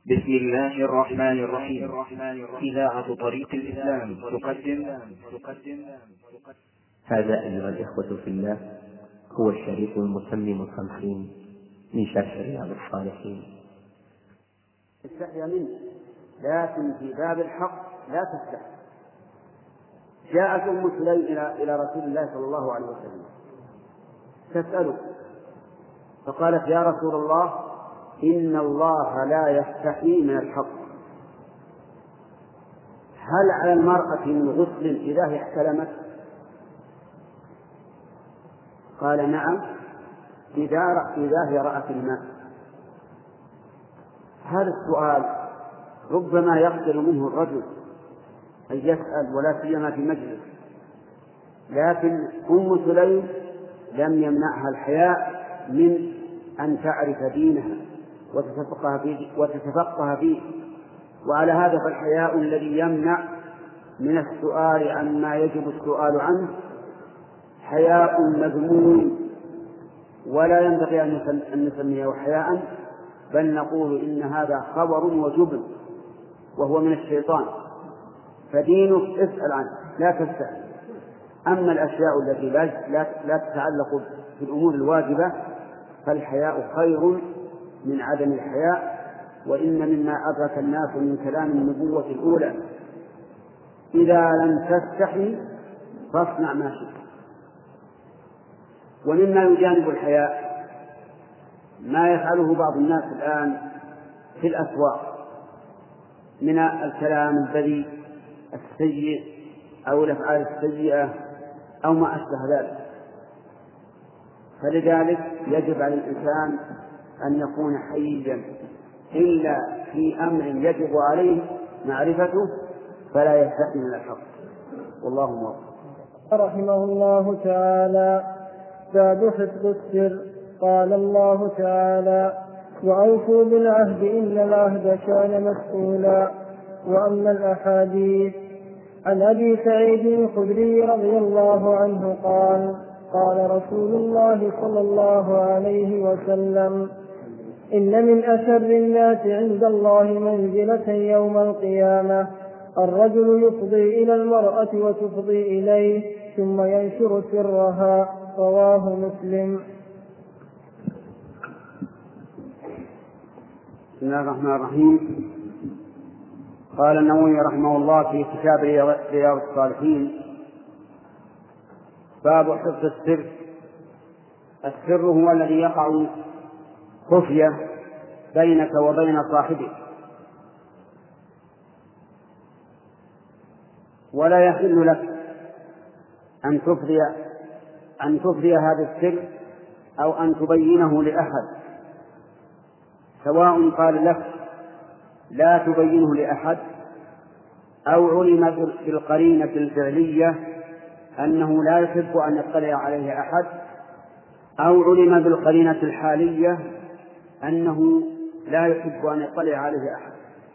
بسم الله الرحمن الرحيم. إذاعة طريق الإسلام تقدم. هذا أيها الإخوة في الله هو الشريط المتمم 50 من شرح رياض الصالحين. استحيا منه، لكن في باب الحق لا تستحي. جاءت أم سليم إلى رسول الله صلى الله عليه وسلم تسأله، فقالت: يا رسول الله، إن الله لا يستحي من الحق، هل على المرأة من غسل إذا هي احتلمت؟ قال: نعم، إذا هي رأت الماء. هذا السؤال ربما يقدر منه الرجل أن يسأل، ولا سيما في مجلس، لكن أم سليم لم يمنعها الحياء من أن تعرف دينها وتتفقه فيه، وعلى هذا فالحياء الذي يمنع من السؤال عما يجب السؤال عنه حياء مذموم، ولا ينبغي أن نسميه حياء، بل نقول إن هذا خبر وجبن، وهو من الشيطان. فدينك اسأل عنه، لا تستحي. أما الأشياء التي لا تتعلق في الأمور الواجبة فالحياء خير من عدم الحياء. وإن مما أدرك الناس من كلام النبوة الأولى: إذا لم تستحي فاصنع ما شئت. ومما يجانب الحياء ما يفعله بعض الناس الآن في الأسواق من الكلام البذيء السيء أو الأفعال السيئة أو ما أشبه ذلك. فلذلك يجب على الإنسان أن يكون حييا إلا في أمر يجب عليه معرفته، فلا يستحي من الحق. والله موفق. رحمه الله تعالى: باب حفظ السر. قال الله تعالى: وأوفوا بالعهد إن العهد كان مسؤولا. وأما الأحاديث: عن أبي سعيد الخدري رضي الله عنه قال: قال رسول الله صلى الله عليه وسلم: إن من أشر الناس عند الله منزلة يوم القيامة الرجل يفضي إلى المرأة وتفضي إليه ثم ينشر سرها. رواه مسلم. بسم الله الرحمن الرحيم. قال النووي رحمه الله في كتاب رياض الصالحين: باب حفظ السر. السر هو الذي يقع خفية بينك وبين صاحبك، ولا يحل لك أن تفضي هذا السر أو أن تبينه لأحد، سواء قال لك لا تبينه لأحد، أو علم بالقرينة الفعلية أنه لا يحب أن يطلع عليه أحد، أو علم بالقرينة الحالية أنه لا يحب أن يطلع عليه أحد.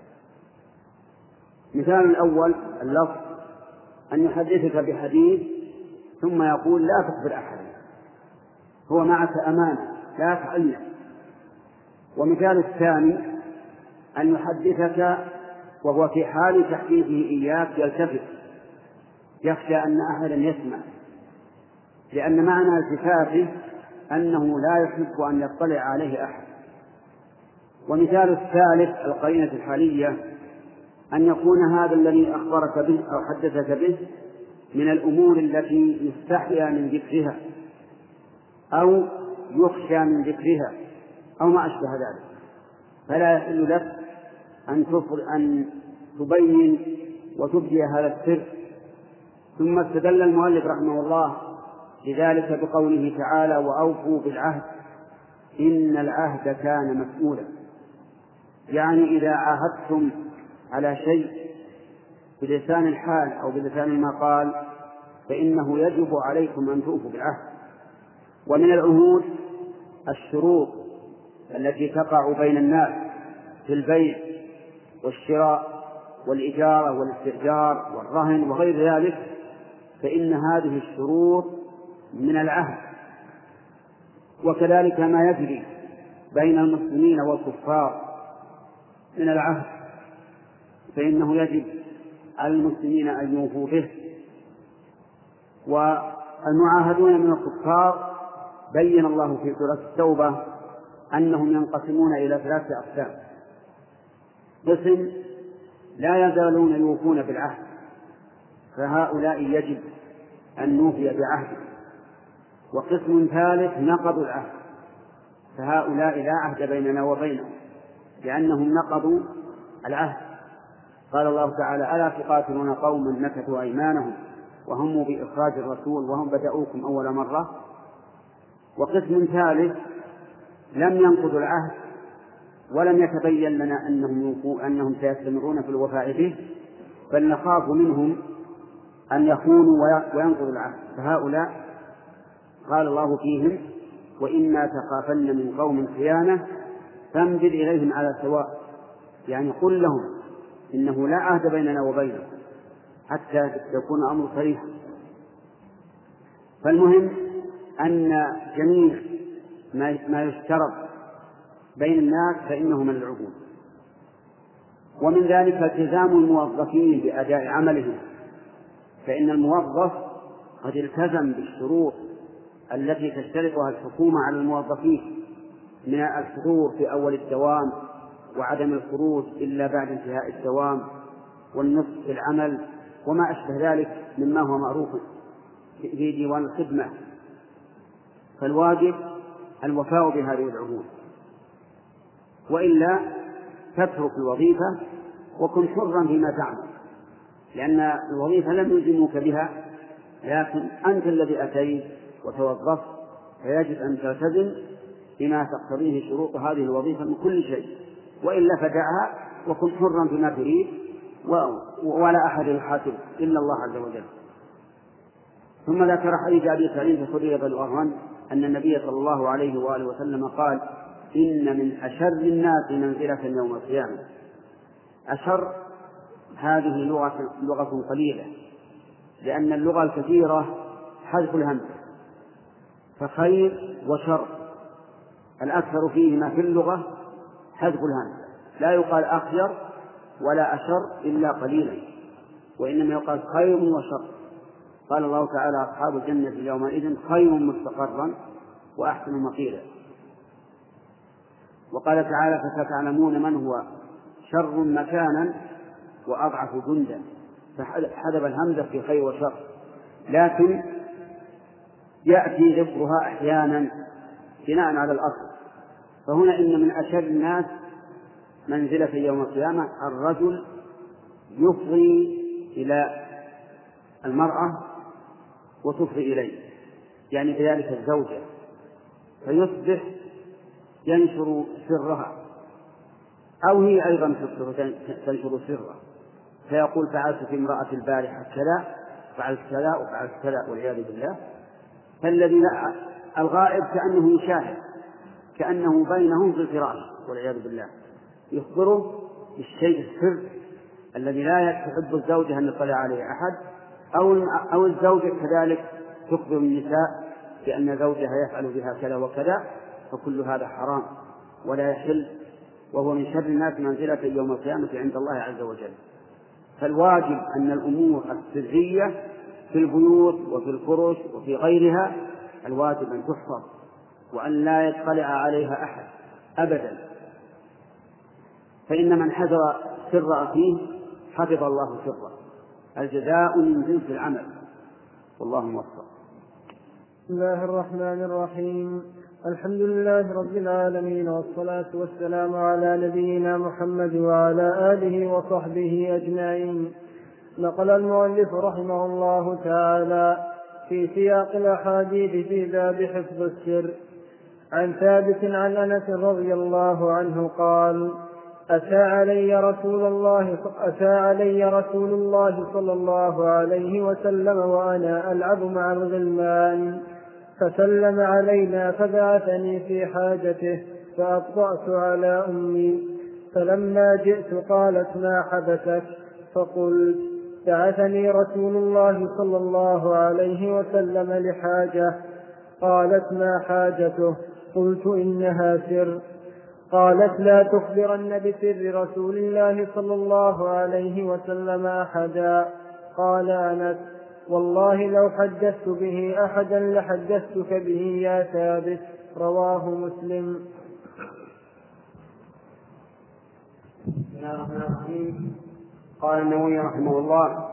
مثال الأول اللفظ: أن يحدثك بحديث ثم يقول لا تخبر أحدا، هو معك أمانة لا تعلم. ومثال الثاني: أن يحدثك وهو في حال تحديثه إياك يلتفت يخشى أن أحدا يسمع، لأن معنى التفاته أنه لا يحب أن يطلع عليه أحد. ومثال الثالث القرينة الحالية: أن يكون هذا الذي أخبرك به أو حدثك به من الأمور التي يستحيا من ذكرها أو يخشى من ذكرها أو ما أشبه ذلك، فلا يحل لك أن تبين وتبدي هذا السر. ثم استدل المؤلف رحمه الله لذلك بقوله تعالى: وأوفوا بالعهد إن العهد كان مسؤولا. يعني إذا عاهدتم على شيء بلسان الحال أو بلسان المقال فإنه يجب عليكم أن توفوا بالعهد. ومن العهود الشروط التي تقع بين الناس في البيع والشراء والإجارة والاستئجار والرهن وغير ذلك، فإن هذه الشروط من العهد. وكذلك ما يجري بين المسلمين والكفار من العهد فإنه يجب على المسلمين أن يوفوا به. والمعاهدون من الكفار بين الله في سورة التوبة أنهم ينقسمون إلى 3 أقسام: قسم لا يزالون يوفون بالعهد، فهؤلاء يجب أن نوفي بعهد. وقسم ثالث نقضوا العهد، فهؤلاء لا عهد بيننا وبينهم لأنهم نقضوا العهد. قال الله تعالى: ألا تقاتلون قوما نكثوا أيمانهم وهموا بإخراج الرسول وهم بدأوكم أول مرة. وقسم ثالث لم ينقضوا العهد ولم يتبين لنا أنهم سيستمرون في الوفاء به، بل نخاف منهم أن يخونوا وينقضوا العهد، فهؤلاء قال الله فيهم: وإما تخافن من قوم خيانة فانبذ إليهم على سواء. يعني قل لهم إنه لا عهد بيننا وبينهم حتى يكون أمر صريح. فالمهم أن جميع ما يشترط بين الناس فإنه من العهود. ومن ذلك التزام الموظفين بأداء عملهم، فإن الموظف قد التزم بالشروط التي تشترطها الحكومة على الموظفين من الحضور في أول الدوام وعدم الخروج إلا بعد انتهاء الدوام والنصف في العمل وما أشبه ذلك مما هو معروف في ديوان الخدمة. فالواجب الوفاء بهذه العهود، وإلا تترك الوظيفة وكن حرا فيما تعمل، لأن الوظيفة لم يلزموك بها، لكن أنت الذي أتيت وتوظفت، فيجب أن تلتزم بما تقتضيه شروط هذه الوظيفة من كل شيء، وإلا فدعها وكن حرا فيما تريد ولا أحد يحاسب إلا الله عز وجل. ثم ذكر حديث أبي سعيد الخدري رضي الله عنه أن النبي صلى الله عليه وآله وسلم قال: إن من أشر الناس منزلة يوم القيامة. أشر هذه لغة قليلة، لأن اللغة الكثيرة حذف الهمزة، فخير وشر الأكثر فيهما في اللغة حذف الهمزة، لا يقال أخير ولا أشر إلا قليلا، وإنما يقال خير وشر. قال الله تعالى: أصحاب الجنة يومئذ خير مستقرا وأحسن مقيلا. وقال تعالى: فستعلمون من هو شر مكانا وأضعف جندا، فحذف الهمزة في خير وشر، لكن يأتي ذكرها أحيانا بناء على الأصل. فهنا إن من أشر الناس منزلة يوم القيامة الرجل يفضي إلى المرأة وتفضي إليه، يعني بذلك الزوجة، فيصبح ينشر سرها، أو هي أيضا تنشر سرها، فيقول: فعلت في امرأة البارحة كذا، فعلت كذا وفعلت كذا، والعياذ بالله. فالذي الغائب كأنه يشاهد، كأنه بينهم في الفراش، والعياذ بالله، يخبره بالشيء السر الذي لا تحب الزوجة أن يطلع عليه أحد، أو الزوجة كذلك تخبر النساء بأن زوجها يفعل بها كذا وكذا، فكل هذا حرام ولا يحل، وهو من شر الناس منزلة يوم القيامة عند الله عز وجل. فالواجب أن الأمور السرية في البيوت وفي الفرش وفي غيرها الواجب أن تحفظ وأن لا يطلع عليها أحد أبدا، فإن من حذر سر أخيه حفظ الله سره. الجزاء من جنس العمل، والله موفق. بسم الله الرحمن الرحيم. الحمد لله رب العالمين، والصلاة والسلام على نبينا محمد وعلى آله وصحبه أجمعين. نقل المؤلف رحمه الله تعالى في سياق الأحاديث في باب حفظ السر عن ثابت عن أنس رضي الله عنه قال: أتى علي رسول الله صلى الله عليه وسلم وأنا ألعب مع الغلمان، فسلم علينا فبعثني في حاجته، فأطأت على أمي، فلما جئت قالت: ما حبسك؟ فقلت: بعثني رسول الله صلى الله عليه وسلم لحاجة. قالت: ما حاجته؟ قلت: إنها سر. قالت لا تخبرن بسر رسول الله صلى الله عليه وسلم أحدا. قال أنس: والله لو حدثت به أحدا لحدثتك به يا ثابت. رواه مسلم. بسم الله الرحمن الرحيم. قال النووي رحمه الله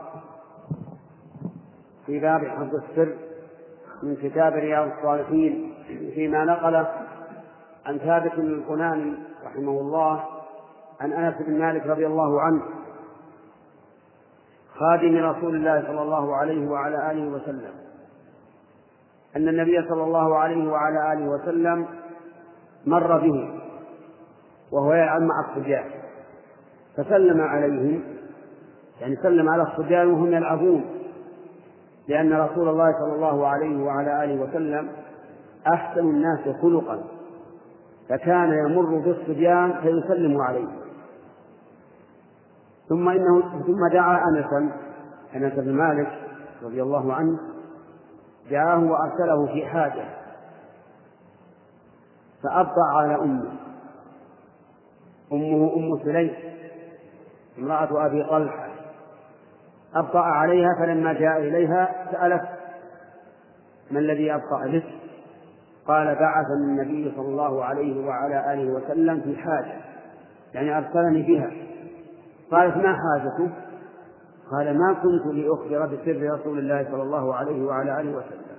في باب حفظ السر من كتاب رياض الصالحين فيما نقل عن ثابت البناني رحمه الله عن أنس بن مالك رضي الله عنه خادم رسول الله صلى الله عليه وعلى آله وسلم أن النبي صلى الله عليه وعلى آله وسلم مر به وهو يلعب مع الصبيان فسلم عليهم، يعني سلم على الصبيان وهم يلعبون، لأن رسول الله صلى الله عليه وعلى آله وسلم أحسن الناس خلقا، فكان يمر بالصبيان فيسلم عليهم. ثم دعا أنس بن مالك رضي الله عنه، دعاه وأرسله في حاجة فأبطأ على أمه أم سليم امرأة أبي طلحة، أبطأ عليها، فلما جاء إليها سألت: ما الذي أبطأ بك؟ قال: بعثني النبي صلى الله عليه وعلى آله وسلم في حاجة، يعني أرسلني بها. قالت: ما حاجته؟ قال: ما كنت لأخبر بسر رسول الله صلى الله عليه وعلى آله وسلم.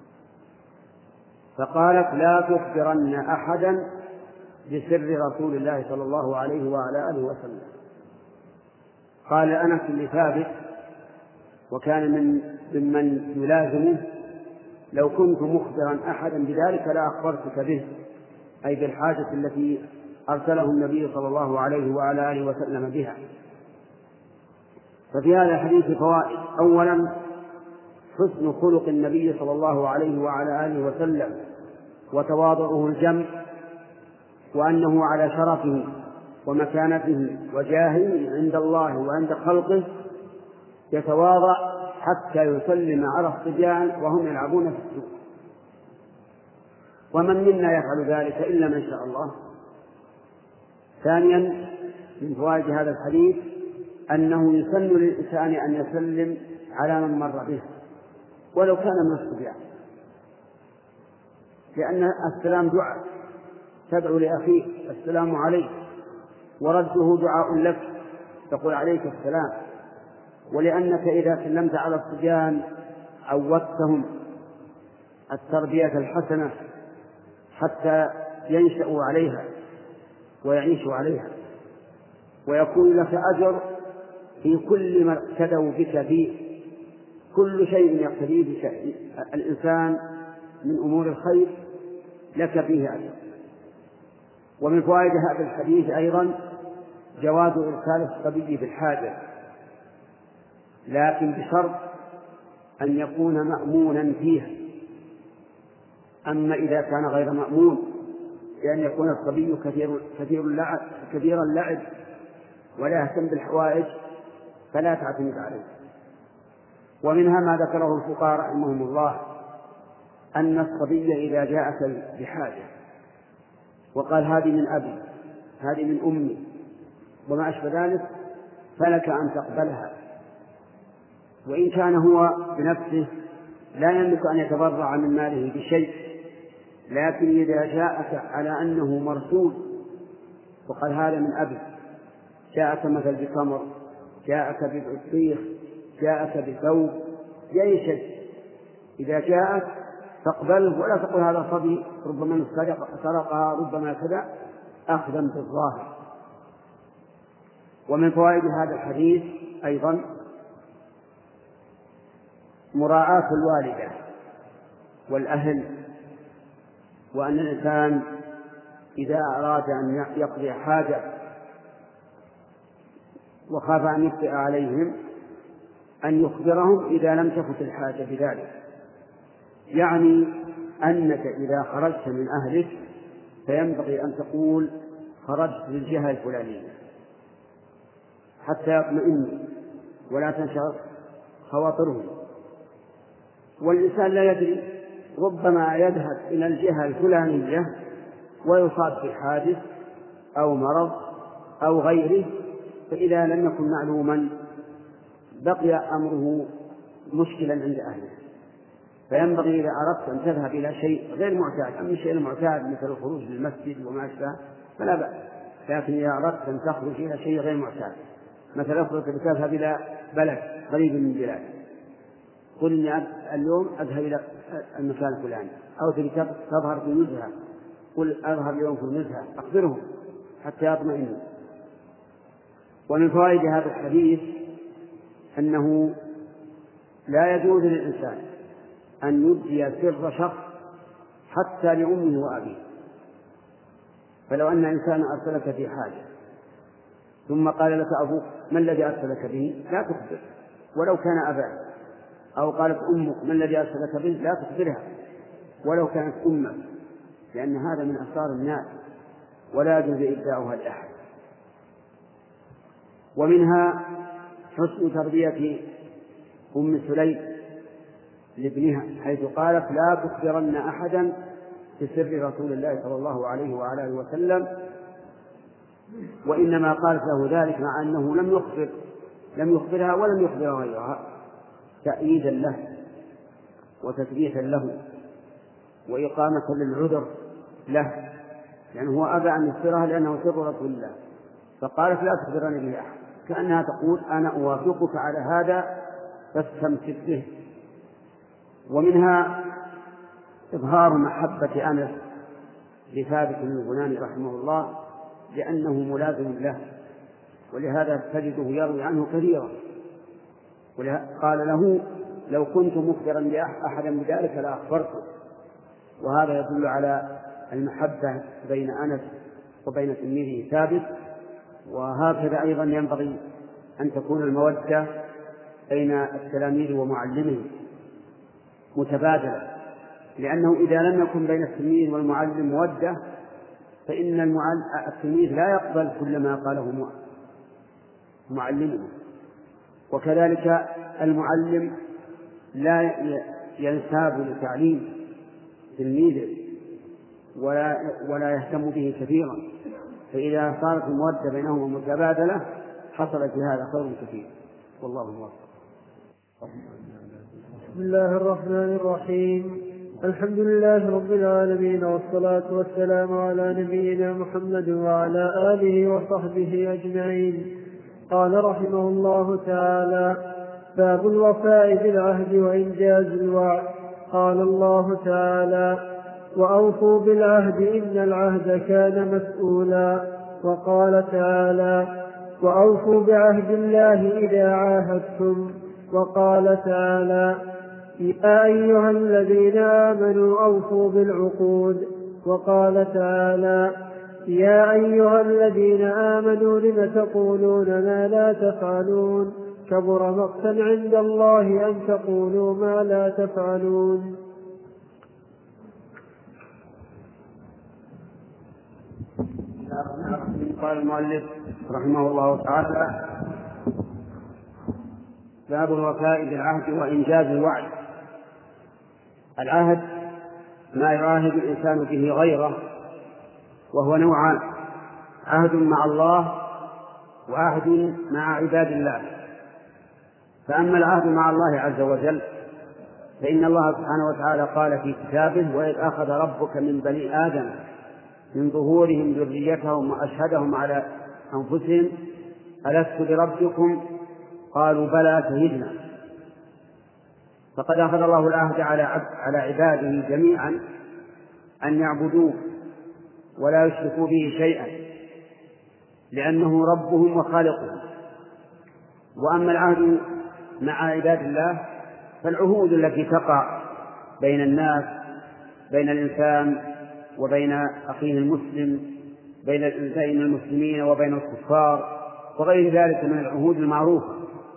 فقالت: لا تخبرن أحدا بسر رسول الله صلى الله عليه وعلى آله وسلم. قال أنس لثابت وكان ممن يلازمه: لو كنت مخبرا أحدا بذلك لأخبرتك به، أي بالحاجة التي أرسله النبي صلى الله عليه وعلى آله وسلم بها. ففي هذا الحديث فوائد: أولا حسن خلق النبي صلى الله عليه وعلى آله وسلم وتواضعه الجم، وأنه على شرفه ومكانته وجاهه عند الله وعند خلقه يتواضع حتى يسلم على الصبيان وهم يلعبون في السوق. ومن منا يفعل ذلك إلا من شاء الله. ثانيا من فوائد هذا الحديث أنه يسن للإنسان أن يسلم على من مر به ولو كان من الصبيان، لأن السلام دعاء، تدعو لأخيك السلام عليك، ورده دعاء لك، تقول عليك السلام. ولأنك إذا سلمت على الصبيان عودتهم التربية الحسنة حتى ينشأوا عليها ويعيشوا عليها، ويكون لك أجر في كل ما اقتدوا بك فيه. كل شيء يقتدي بك الإنسان من أمور الخير لك فيه أجر. ومن فوائد هذا الحديث أيضا جواز إرسال الصبي بالحاجة، لكن بشرط أن يكون مأمونا فيها. أما إذا كان غير مأمون بأن يكون الصبي كثير اللعب ولا يهتم بالحوائج فلا تعتمد عليه. ومنها ما ذكره الفقهاء رحمهم الله أن الصبي إذا جاءك بحاجة وقال: هذه من أبي، هذه من أمي، وما أشبه ذلك، فلك أن تقبلها، وإن كان هو بنفسه لا يملك أن يتبرع من ماله بشيء، لكن إذا جاءك على أنه مرسول وقال: هذا من أبي، جاءك مثل بتمر، جاءك ببطيخ، جاءك بثوب، بأي شيء، إذا جاءك تقبله ولا تقول هذا صبي ربما سرقها ربما كذا، أخذا بالظاهر. ومن فوائد هذا الحديث أيضا مراعاة الوالدة والأهل، وأن الإنسان إذا أراد أن يقضي حاجة وخاف أن يخطئ عليهم أن يخبرهم إذا لم تفت الحاجة بذلك. يعني أنك إذا خرجت من أهلك فينبغي أن تقول: خرجت للجهة الفلانية، حتى يطمئنوا ولا تنشغل خواطرهم. والإنسان لا يدري، ربما يذهب إلى الجهة الفلانية ويصاب بحادث أو مرض أو غيره، فإذا لم يكن معلوما بقي أمره مشكلا عند أهله. فينبغي إذا أردت أن تذهب إلى شيء غير معتاد، أما الشيء المعتاد مثل الخروج للمسجد وما أشبه فلا بأس، لكن إذا أردت أن تخرج إلى شيء غير معتاد، مثلا أفضل تذهب إلى بلد قريب من بلاد، قل إني اليوم أذهب إلى المكان الفلاني، أو تظهر في نزهة، قل أذهب اليوم في النزهة، أخبرهم حتى يطمئنوا. ومن فوائد هذا الحديث أنه لا يجوز للإنسان أن يبدي سر شخص حتى لأمه وأبيه. فلو أن إنسان أرسلك في حاجة ثم قال لك أبوك ما الذي أرسلك به لا تخبر ولو كان أباك، أو قالت أمك ما الذي أرسلك به لا تخبرها ولو كانت أمك، لأن هذا من أسرار الناس ولا يجوز إبداؤها لأحد. ومنها حسن تربية أم سليم لابنها، حيث قالت لا تخبرن أحدا بسر رسول الله صلى الله عليه وعلى آله وسلم، وإنما قالت له ذلك مع أنه لم يخبرها ولم يخبر غيرها، تأييدا له وتثبيتا له وإقامة للعذر له، لأنه هو أبى أن يخبرها لأنه سر رسول الله، فقالت لا تخبرني به أحد، كأنها تقول أنا أوافقك على هذا فاستمسك به. ومنها إظهار محبة أنس لثابت البناني رحمه الله لأنه ملازم له، ولهذا تجده يروي عنه كثيرا، قال له لو كنت مخبرا لأحدا بذلك لأخبرته. وهذا يدل على المحبة بين أنس وبين تلميذه ثابت. وهكذا أيضا ينبغي أن تكون المودة بين التلاميذ ومعلمهم متبادلة، لأنه إذا لم يكن بين التلميذ والمعلم مودة فإن التلميذ لا يقبل كل ما قاله معلمه، وكذلك المعلم لا ينساب لتعليم تلميذه ولا يهتم به كثيرا. فإذا صارت المودة بينهما متبادلة حصل في هذا خير كثير، والله موفق. بسم الله الرحمن الرحيم. الحمد لله رب العالمين، والصلاة والسلام على نبينا محمد وعلى آله وصحبه أجمعين. قال رحمه الله تعالى: باب الوفاء بالعهد وإنجاز الوعد. قال الله تعالى: وأوفوا بالعهد إن العهد كان مسؤولا. وقال تعالى: وأوفوا بعهد الله إذا عاهدتم. وقال تعالى: يا أيها الذين آمنوا أوفوا بالعقود. وقال تعالى: يا أيها الذين آمنوا لم تقولون ما لا تفعلون، كبر مقتا عند الله أن تقولوا ما لا تفعلون. قال المؤلف رحمه الله تعالى: باب الوفاء بالعهد وإنجاز الوعد. العهد ما يعاهد الإنسان به غيره، وهو نوعان: عهد مع الله وعهد مع عباد الله. فأما العهد مع الله عز وجل فإن الله سبحانه وتعالى قال في كتابه: وإذ أخذ ربك من بني آدم من ظهورهم ذريتهم وأشهدهم على أنفسهم ألست بربكم قالوا بلى شهدنا. فقد أخذ الله العهد على عباده جميعا أن يعبدوه ولا يشركوا به شيئا، لأنه ربهم وخالقهم. وأما العهد مع عباد الله فالعهود التي تقع بين الناس، بين الإنسان وبين أخيه المسلم، بين المسلمين وبين الكفار، وغير ذلك من العهود المعروفة.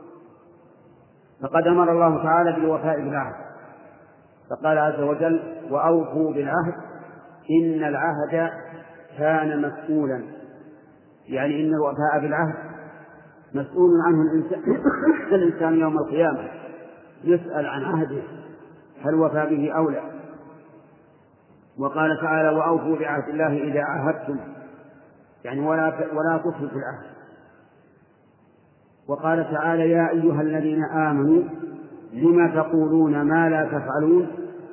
فقد أمر الله تعالى بالوفاء بالعهد، فقال عز وجل: وأوفوا بالعهد إن العهد كان مسؤولا، يعني إن الوفاء بالعهد مسؤول عنه الإنسان يوم القيامة، يسأل عن عهده هل وفى به أو لا. وقال تعالى: وأوفوا بعهد الله إذا عاهدتم. يعني ولا تخلف العهد. وقال تعالى: يا أيها الذين آمنوا لم تقولون ما لا تفعلون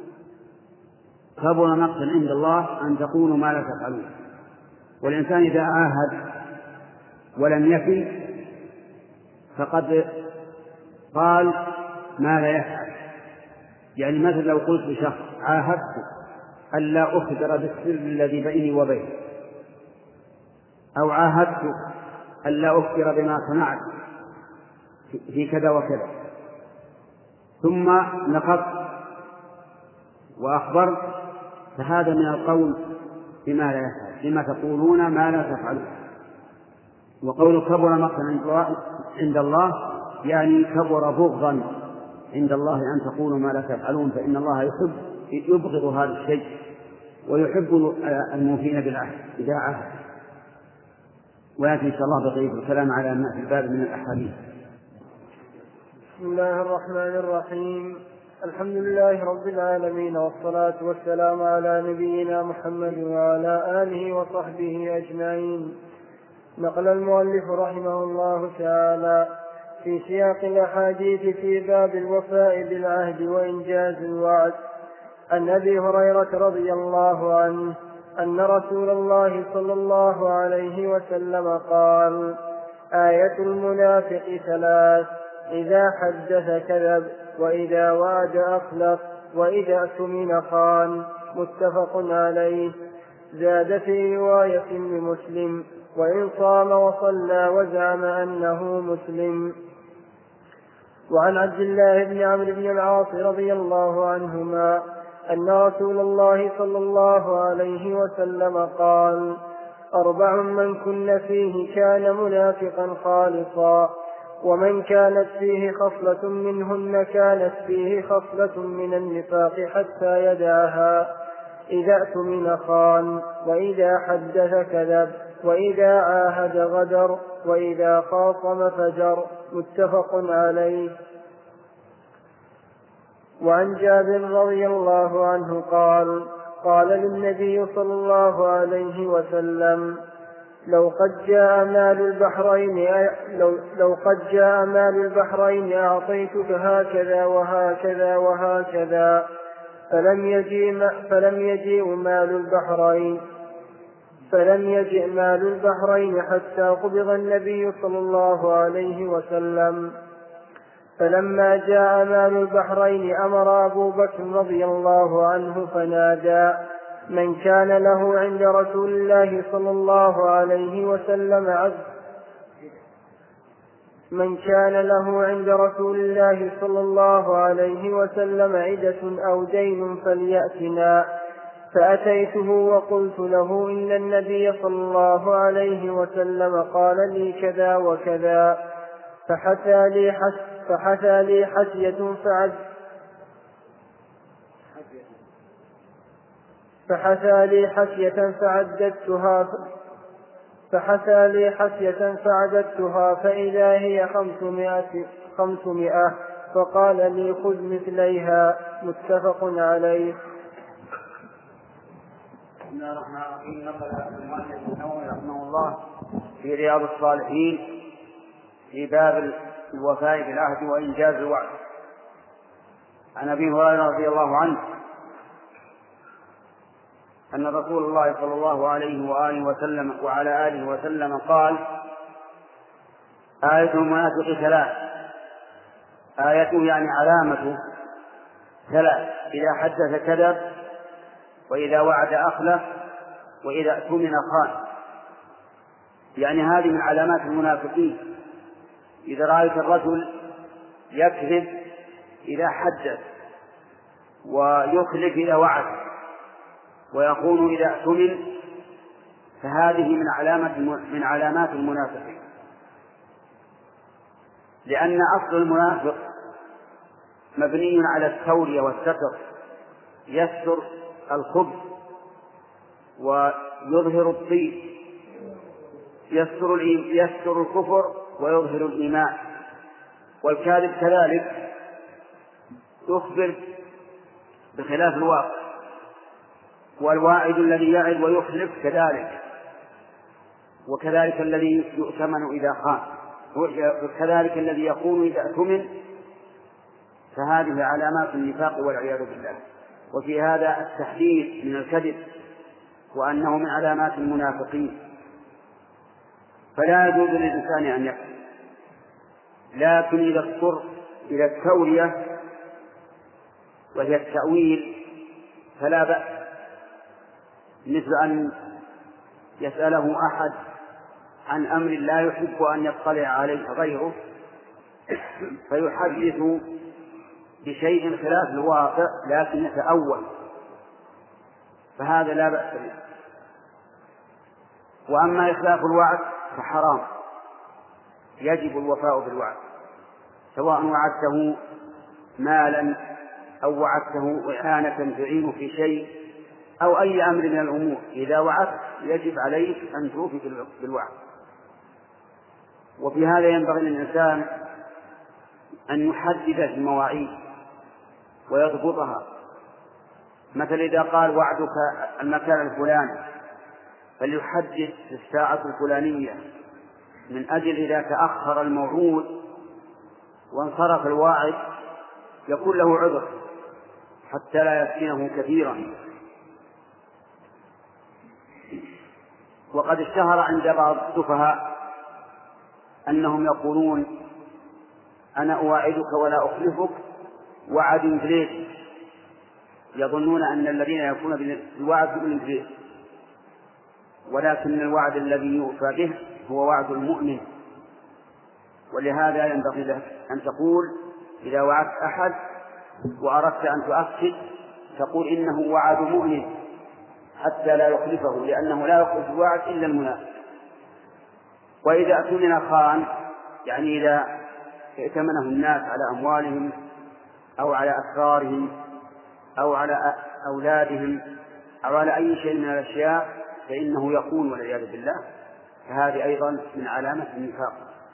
كبر مقتا عند الله أن تقولوا ما لا تفعلون. والإنسان إذا عاهد ولم يفي فقد قال ما لا يفعل. يعني مثلا لو قلت لشخص: عاهدت ألا أخبر بالسر الذي بيني وبينه، أو عاهدت ألا أخبر بما صنعت في كذا وكذا، ثم نقضت وأخبرت، فهذا من القول بما لا يفعل، لما تقولون ما لا تفعلون. وقول كبر مقتا عند الله يعني كبر بغضا عند الله أن تقولوا ما لا تفعلون، فإن الله يبغض هذا الشيء ويحب الموفين بالعهد إذا عهد. ويأتي إن شاء الله بقية الكلام على ما في الباب من الأحاديث. بسم الله الرحمن الرحيم. الحمد لله رب العالمين، والصلاة والسلام على نبينا محمد وعلى آله وصحبه أجمعين. نقل المؤلف رحمه الله تعالى في سياق الأحاديث في باب الوفاء بالعهد وإنجاز الوعد عن أبي هريرة رضي الله عنه أن رسول الله صلى الله عليه وسلم قال: آية المنافق ثلاث: إذا حدث كذب، وإذا وعد أخلف، وإذا اؤتمن خان. متفق عليه. زاد في رواية لمسلم: وإن صام وصلى وزعم أنه مسلم. وعن عبد الله بن عمرو بن العاص رضي الله عنهما أن رسول الله صلى الله عليه وسلم قال: 4 من كن فيه كان منافقا خالصا، ومن كانت فيه خصلة منهن كانت فيه خصلة من النفاق حتى يدعها: إذا اؤتمن خان، وإذا حدث كذب، وإذا عاهد غدر، وإذا خاصم فجر. متفق عليه. وعن جابر رضي الله عنه قال: قال للنبي صلى الله عليه وسلم: لو قد جاء مال البحرين أعطيتك هكذا وهكذا وهكذا، فلم يجئ مال البحرين حتى قبض النبي صلى الله عليه وسلم. فلما جاء مال البحرين أمر أبو بكر رضي الله عنه فنادى: من كان له عند رسول الله صلى الله عليه وسلم عدة أو دين فليأتنا. فأتيته وقلت له: إن النبي صلى الله عليه وسلم قال لي كذا وكذا. فحثى لي حسية فعددتها فإذا هي 500. فقال لي: خذ مثليها. متفق عليه. بسم الله الرحمن الرحيم. نقل المؤلف النووي رحمه الله في رياض الصالحين في باب الوفاء بالعهد وإنجاز الوعد عن أبي هريرة رضي الله عنه أن رسول الله صلى الله عليه وآله وسلم وعلى آله وسلم قال: آية المنافق 3. آيته يعني علامته 3: إذا حدث كذب، وإذا وعد أخلف، وإذا اؤتمن خان. يعني هذه من علامات المنافقين. إذا رأيت الرجل يكذب إذا حدث، ويخلف إذا وعد، ويخون إذا اؤتمن، فهذه من علامات المنافقين. لأن أصل المنافق مبني على التورية والستر، يستر الخبث ويظهر الطيب، يستر الكفر ويظهر الإيمان. والكاذب كذلك يخبر بخلاف الواقع، والواعد الذي يعد ويخلف كذلك. وكذلك الذي يؤتمن إذا خان، وكذلك الذي يخون إذا اؤتمن، فهذه علامات النفاق والعياذ بالله. وفي هذا التحذير من الكذب وأنه من علامات المنافقين. فلا يجوز للإنسان أن يكذب، لكن إذا اضطر إلى التورية وهي التأويل فلا بأس، مثل أن يسأله أحد عن أمر لا يحب أن يطلع عليه غيره فيحدث بشيء خلاف الواقع لكن يتأول، فهذا لا بأس به. وأما إخلاف الوعد فحرام، يجب الوفاء بالوعد، سواء وعدته مالا أو وعدته إعانة تعين في شيء أو أي أمر من الأمور، إذا وعدت يجب عليك أن توفي بالوعد. وفي هذا ينبغي للإنسان أن يحدد المواعيد ويضبطها. مثل إذا قال وعدك المكان الفلاني فليحدد الساعة الفلانية، من أجل إذا تأخر الموعود وانصرف الواعد يكون له عذر حتى لا يفتنه كثيرا. وقد اشتهر عند بعض السفهاء أنهم يقولون أنا أواعدك ولا أخلفك وعد إنجليزي، يظنون أن الذين يكون بالوعد بالإنجليز، ولكن الوعد الذي يوفى به هو وعد المؤمن. ولهذا ينبغي لك أن تقول إذا وعدت أحد وأردت أن تؤكد تقول إنه وعد مؤمن حتى لا يخلفه، لأنه لا يخلف الوعد إلا المنافق. وإذا اؤتمن خان، يعني إذا ائتمنه الناس على أموالهم أو على أسرارهم أو على أولادهم أو على أي شيء من الأشياء فإنه يخون والعياذ بالله، فهذه أيضا من علامة النفاق.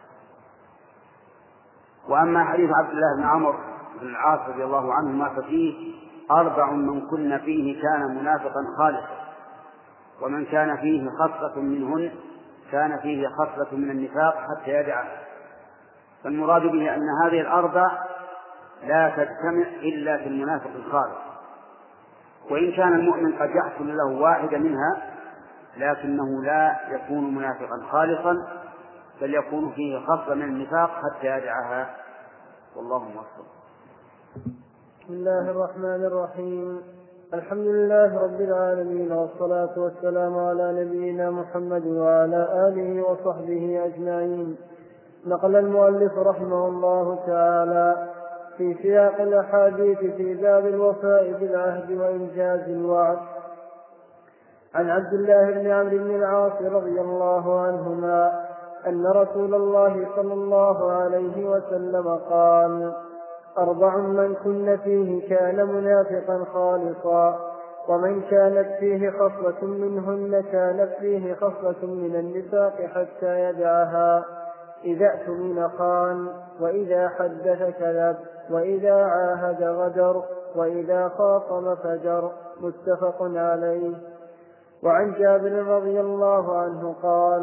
وأما حديث عبد الله بن عمرو بن العاص رضي الله عنهما ففيه 4 من كن فيه كان منافقا خالصا، ومن كان فيه خصلة منهن كان فيه خصلة من النفاق حتى يدعه. فالمراد به أن هذه 4 لا تجتمع إلا في المنافق الخالص، وإن كان المؤمن قد يحصل له واحدة منها لكنه لا يكون منافقا خالصا، بل يكون فيه خصلة من النفاق حتى يدعها، والله موفق. بسم الله الرحمن الرحيم. الحمد لله رب العالمين، والصلاة والسلام على نبينا محمد وعلى آله وصحبه أجمعين. نقل المؤلف رحمه الله تعالى في سياق الأحاديث في باب الوفاء بالعهد وإنجاز الوعد عن عبد الله بن عمرو بن العاص رضي الله عنهما أن رسول الله صلى الله عليه وسلم قال: 4 من كن فيه كان منافقا خالصا، ومن كانت فيه خصلة منهن كانت فيه خصلة من النفاق حتى يدعها: إذا اؤتمن خان، وإذا حدث كذب، وإذا عاهد غدر، وإذا خاصم فجر. متفق عليه. وعن جابر رضي الله عنه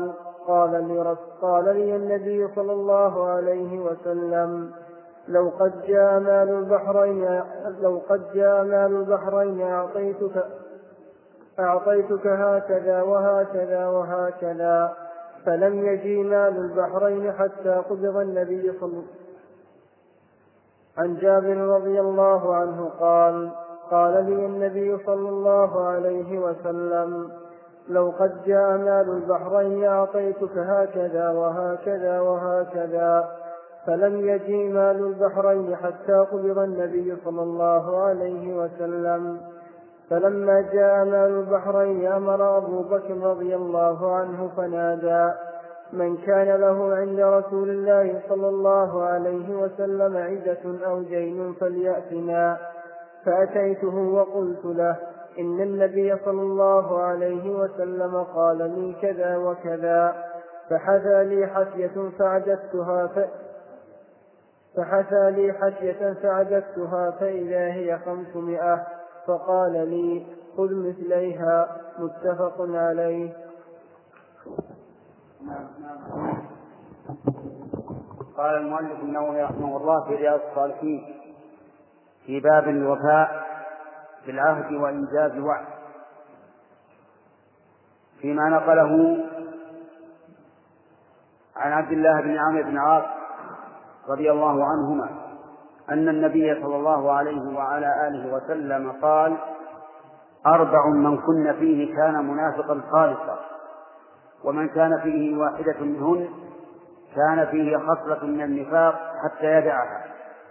قال لي النبي صلى الله عليه وسلم: لو قد جاء مال البحرين أعطيتك هكذا وهكذا وهكذا، فلم يجي مال البحرين حتى قبض النبي عن جابر رضي الله عنه قال لي النبي صلى الله عليه وسلم: لو قد جاء مال البحرين أعطيتك هكذا وهكذا وهكذا، فلم يجي مال البحرين حتى قبض النبي صلى الله عليه وسلم. فلما جاء مال البحرين أمر أبو بكر رضي الله عنه فنادى: من كان له عند رسول الله صلى الله عليه وسلم عدة أو دين فليأتنا. فأتيته وقلت له: إن النبي صلى الله عليه وسلم قال لي كذا وكذا. فحثى لي حثية فعددتها فإذا هي 500، فقال لي: خذ مثليها. متفق عليه. قال المؤلف النووي رحمه الله في رياض الصالحين في باب الوفاء بالعهد وإنجاز الوعد، فيما نقله عن عبد الله بن عمرو بن العاص رضي الله عنهما أن النبي صلى الله عليه وعلى آله وسلم قال: 4 من كن فيه كان منافقا خالصا، ومن كان فيه واحدة منهن كان فيه خصلة من النفاق حتى يدعها: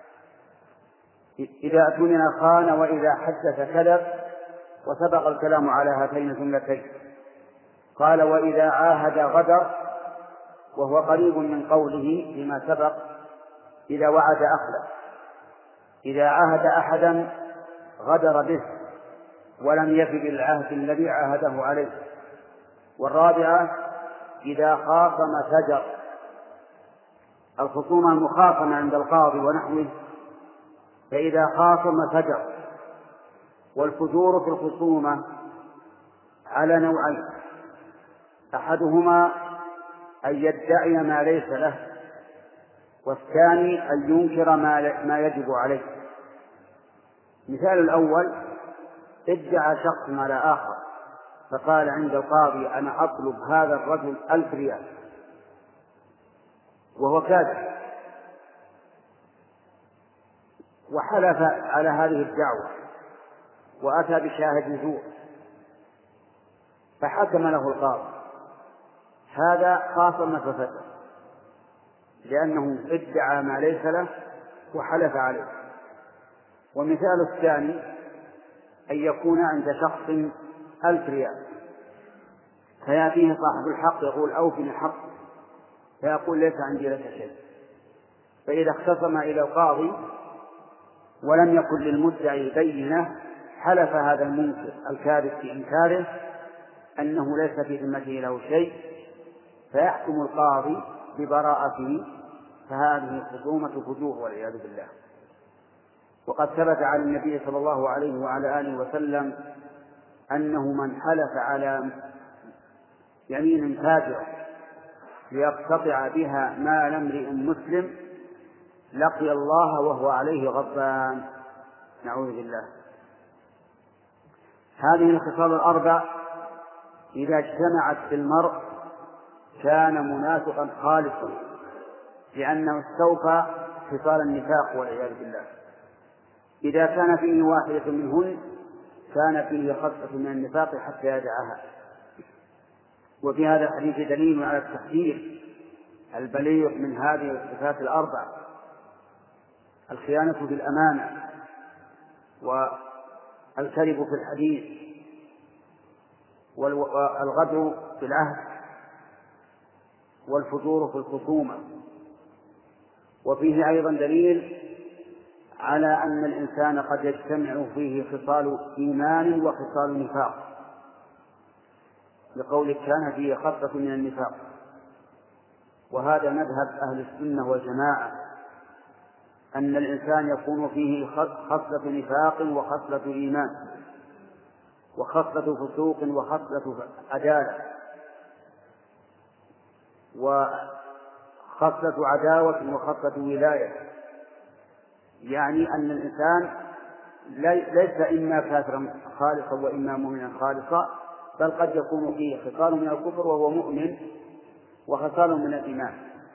إذا اؤتمن خان، وإذا حدث كذب. وسبق الكلام على هاتين الجملتين. قال: وإذا عاهد غدر، وهو قريب من قوله فيما سبق: إذا وعد أخلف. إذا عاهد أحدا غدر به ولم يف بالعهد الذي عاهده عليه. والرابعة: إذا خاصم فجر. الخصومة المخاصمة عند القاضي ونحوه، فإذا خاصم فجر. والفجور في الخصومة على نوعين: أحدهما أن يدعي ما ليس له، والثاني أن ينكر ما يجب عليه. مثال الأول: ادعى شخص على آخر فقال عند القاضي: أنا أطلب هذا الرجل 1000 ريال، وهو كاذب، وحلف على هذه الدعوة وأتى بشاهد زور، فحكم له القاضي. هذا خاصم ففتر، لأنه ادعى ما ليس له وحلف عليه. ومثال الثاني: أن يكون عند شخص 1000 ريال، فيأتيه صاحب الحق يقول: أوفني الحق، فيقول: ليس عندي لك شيء. فإذا اختصم إلى القاضي ولم يكن للمدعي بينة، حلف هذا المنكر الكاذب في إنكاره أنه ليس في ذمته له شيء، فيحكم القاضي ببراءته، فهذه خصومة فجور والعياذ بالله. وقد ثبت عن النبي صلى الله عليه وعلى آله وسلم أنه من حلف على يمين فاجرة ليقتطع بها مال امرئ مسلم لقي الله وهو عليه غضبان، نعوذ بالله. هذه الخصال الأربع إذا اجتمعت في المرء كان منافقا خالصا، لأنه استوفى خصال النفاق والعياذ بالله. إذا كان فيه واحدة منهن كان فيه خصلة من النفاق حتى يدعها. وفي هذا الحديث دليل على التحذير البليغ من هذه الصفات الأربع: الخيانة في الأمانة، والكذب في الحديث، والغدر في العهد، والفجور في الخصومة. وفيه أيضا دليل على أن الإنسان قد يجتمع فيه خصال إيمان وخصال نفاق، لقول كان فيه خصلة من النفاق. وهذا مذهب أهل السنة والجماعة، أن الإنسان يكون فيه خصلة نفاق وخصلة إيمان وخصلة فسوق وخصلة عدالة وخصلة عداوة وخصلة ولاية. يعني أن الإنسان ليس إما كافرا خالصا وإما مؤمنا خالصا، بل قد يكون فيه خصال من الكفر وهو مؤمن وخصال من الإيمان.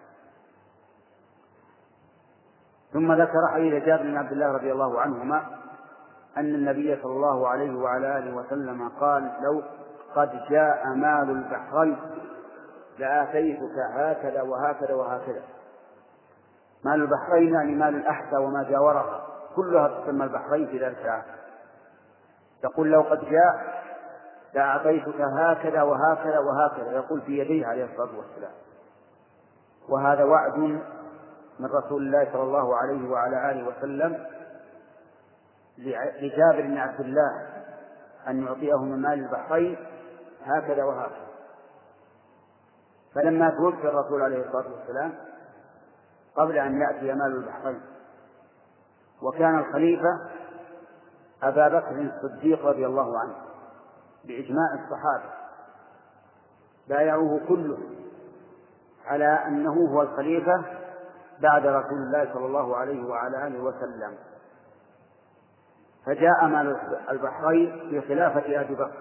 ثم ذكر حديث جابر بن عبد الله رضي الله عنهما أن النبي صلى الله عليه وعلى آله وسلم قال: لو قد جاء مال البحرين لآتيتك هكذا وهكذا وهكذا. مال البحرين يعني مال الأحساء وما جاورها، كلها تسمى البحرين في ذلك العهد. يقول: لو قد جاء لأعطيتك هكذا وهكذا وهكذا، يقول في يديه عليه الصلاة والسلام. وهذا وعد من رسول الله صلى الله عليه وعلى آله وسلم لجابر بن عبد الله أن يعطيه من مال البحرين هكذا وهكذا. فلما توفي الرسول عليه الصلاة والسلام قبل أن يأتي مال البحرين، وكان الخليفة أبا بكر الصديق رضي الله عنه بإجماع الصحابة، بايعوه كله على أنه هو الخليفة بعد رسول الله صلى الله عليه وعلى آله وسلم. فجاء مال البحرين في خلافة أبي بكر،